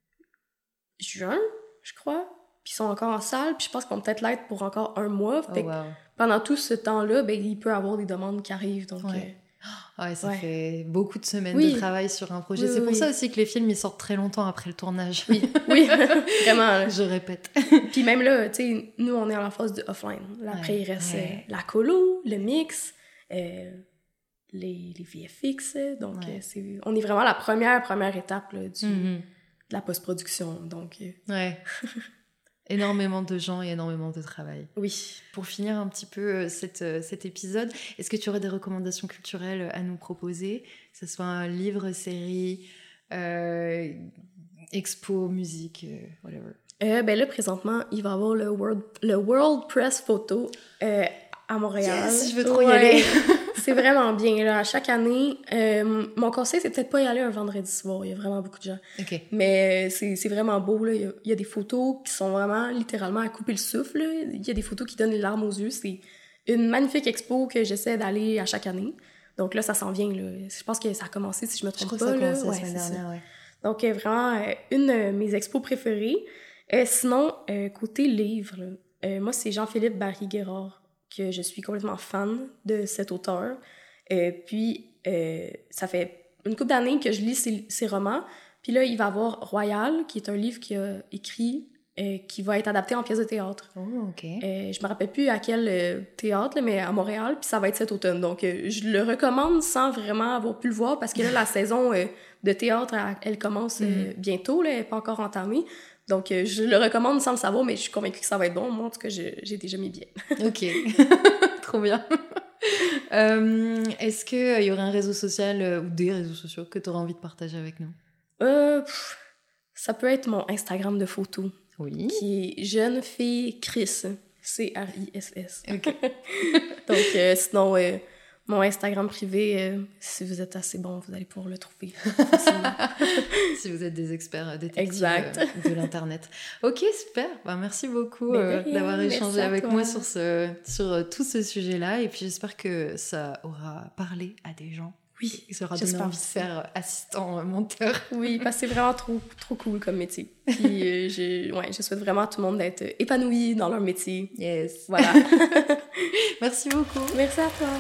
juin, je crois, puis ils sont encore en salle, puis je pense qu'ils vont peut-être l'être pour encore un mois. Fait oh, wow. Pendant tout ce temps-là, ben, il peut y avoir des demandes qui arrivent, donc... Ouais. Euh... Ouais, ça ouais. fait beaucoup de semaines oui. de travail sur un projet. Oui, c'est oui, pour oui. ça aussi que les films, ils sortent très longtemps après le tournage. Oui, oui. Vraiment. Là. Je répète. Puis même là, tu sais, nous, on est à la phase du offline. Là, après, ouais. il reste ouais. euh, la colo, le mix, euh, les, les V F X. Donc, ouais. euh, c'est, on est vraiment à la première, première étape là, du, mm-hmm. de la post-production. Donc, euh... ouais. Énormément de gens et énormément de travail. Oui. Pour finir un petit peu euh, cette, euh, cet épisode, est-ce que tu aurais des recommandations culturelles à nous proposer? Que ce soit un livre, série, euh, expo, musique, euh, whatever. Euh, ben là, présentement, il va y avoir le World, le World Press Photo euh, à Montréal. Yes, je veux trop ouais. y aller. C'est vraiment bien, là. À chaque année, euh, mon conseil, c'est peut-être pas y aller un vendredi soir. Il y a vraiment beaucoup de gens. Okay. Mais c'est, c'est vraiment beau, là. Il y, a, il y a des photos qui sont vraiment, littéralement, à couper le souffle, là. Il y a des photos qui donnent les larmes aux yeux. C'est une magnifique expo que j'essaie d'aller à chaque année. Donc là, ça s'en vient, là. Je pense que ça a commencé, si je me trompe je pas, ça a là. commencé Ouais, la semaine dernière, ouais. Donc, euh, vraiment, euh, une de mes expos préférées. Euh, sinon, euh, côté livre, euh, moi, c'est Jean-Philippe Barry-Guérard, que je suis complètement fan de cet auteur. Euh, puis, euh, ça fait une couple d'années que je lis ses, ses romans. Puis là, il va y avoir Royal, qui est un livre qu'il a écrit euh, qui va être adapté en pièce de théâtre. Oh, OK. Euh, je me rappelle plus à quel euh, théâtre, là, mais à Montréal, puis ça va être cet automne. Donc, euh, je le recommande sans vraiment avoir pu le voir, parce que là, la saison euh, de théâtre, elle, elle commence euh, mm-hmm. bientôt, là, elle n'est pas encore entamée. Donc, euh, je le recommande sans le savoir, mais je suis convaincue que ça va être bon. Moi, en tout cas, je, j'ai déjà mis bien. OK. Trop bien. euh, est-ce qu'il euh, y aurait un réseau social euh, ou des réseaux sociaux que tu aurais envie de partager avec nous? Euh, pff, ça peut être mon Instagram de photos. Oui. Qui est Jeune Fille Chris. C R I S S. OK. Donc, euh, sinon, euh, mon Instagram privé, euh, si vous êtes assez bon, vous allez pouvoir le trouver facilement. Si vous êtes des experts détectives exact. Euh, de l'Internet. Ok, super. Bah, merci beaucoup euh, d'avoir échangé avec moi sur, ce, sur euh, tout ce sujet-là. Et puis, j'espère que ça aura parlé à des gens. Oui, ça aura donné envie de faire assistant euh, monteur. Oui, parce que c'est vraiment trop, trop cool comme métier. Puis, euh, je, ouais, je souhaite vraiment à tout le monde d'être épanoui dans leur métier. Yes. Voilà. Merci beaucoup. Merci à toi.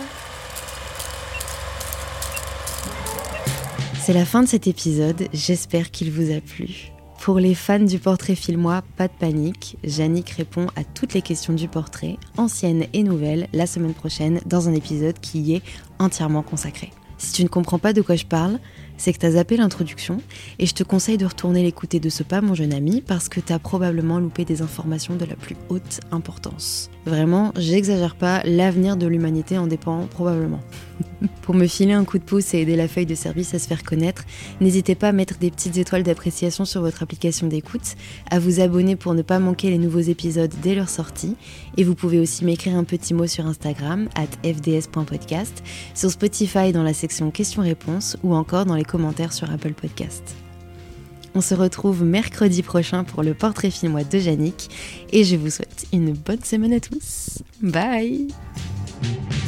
C'est la fin de cet épisode, j'espère qu'il vous a plu. Pour les fans du portrait filmois, pas de panique, Yannick répond à toutes les questions du portrait, anciennes et nouvelles, la semaine prochaine, dans un épisode qui y est entièrement consacré. Si tu ne comprends pas de quoi je parle, c'est que t'as zappé l'introduction et je te conseille de retourner l'écouter de ce pas, mon jeune ami, parce que t'as probablement loupé des informations de la plus haute importance. Vraiment, j'exagère pas, l'avenir de l'humanité en dépend probablement. Pour me filer un coup de pouce et aider la feuille de service à se faire connaître, n'hésitez pas à mettre des petites étoiles d'appréciation sur votre application d'écoute, à vous abonner pour ne pas manquer les nouveaux épisodes dès leur sortie, et vous pouvez aussi m'écrire un petit mot sur Instagram, arobase f d s point podcast, sur Spotify dans la section questions-réponses ou encore dans les commentaires sur Apple Podcast. On se retrouve mercredi prochain pour le portrait filmois de Yannick, et je vous souhaite une bonne semaine à tous. Bye!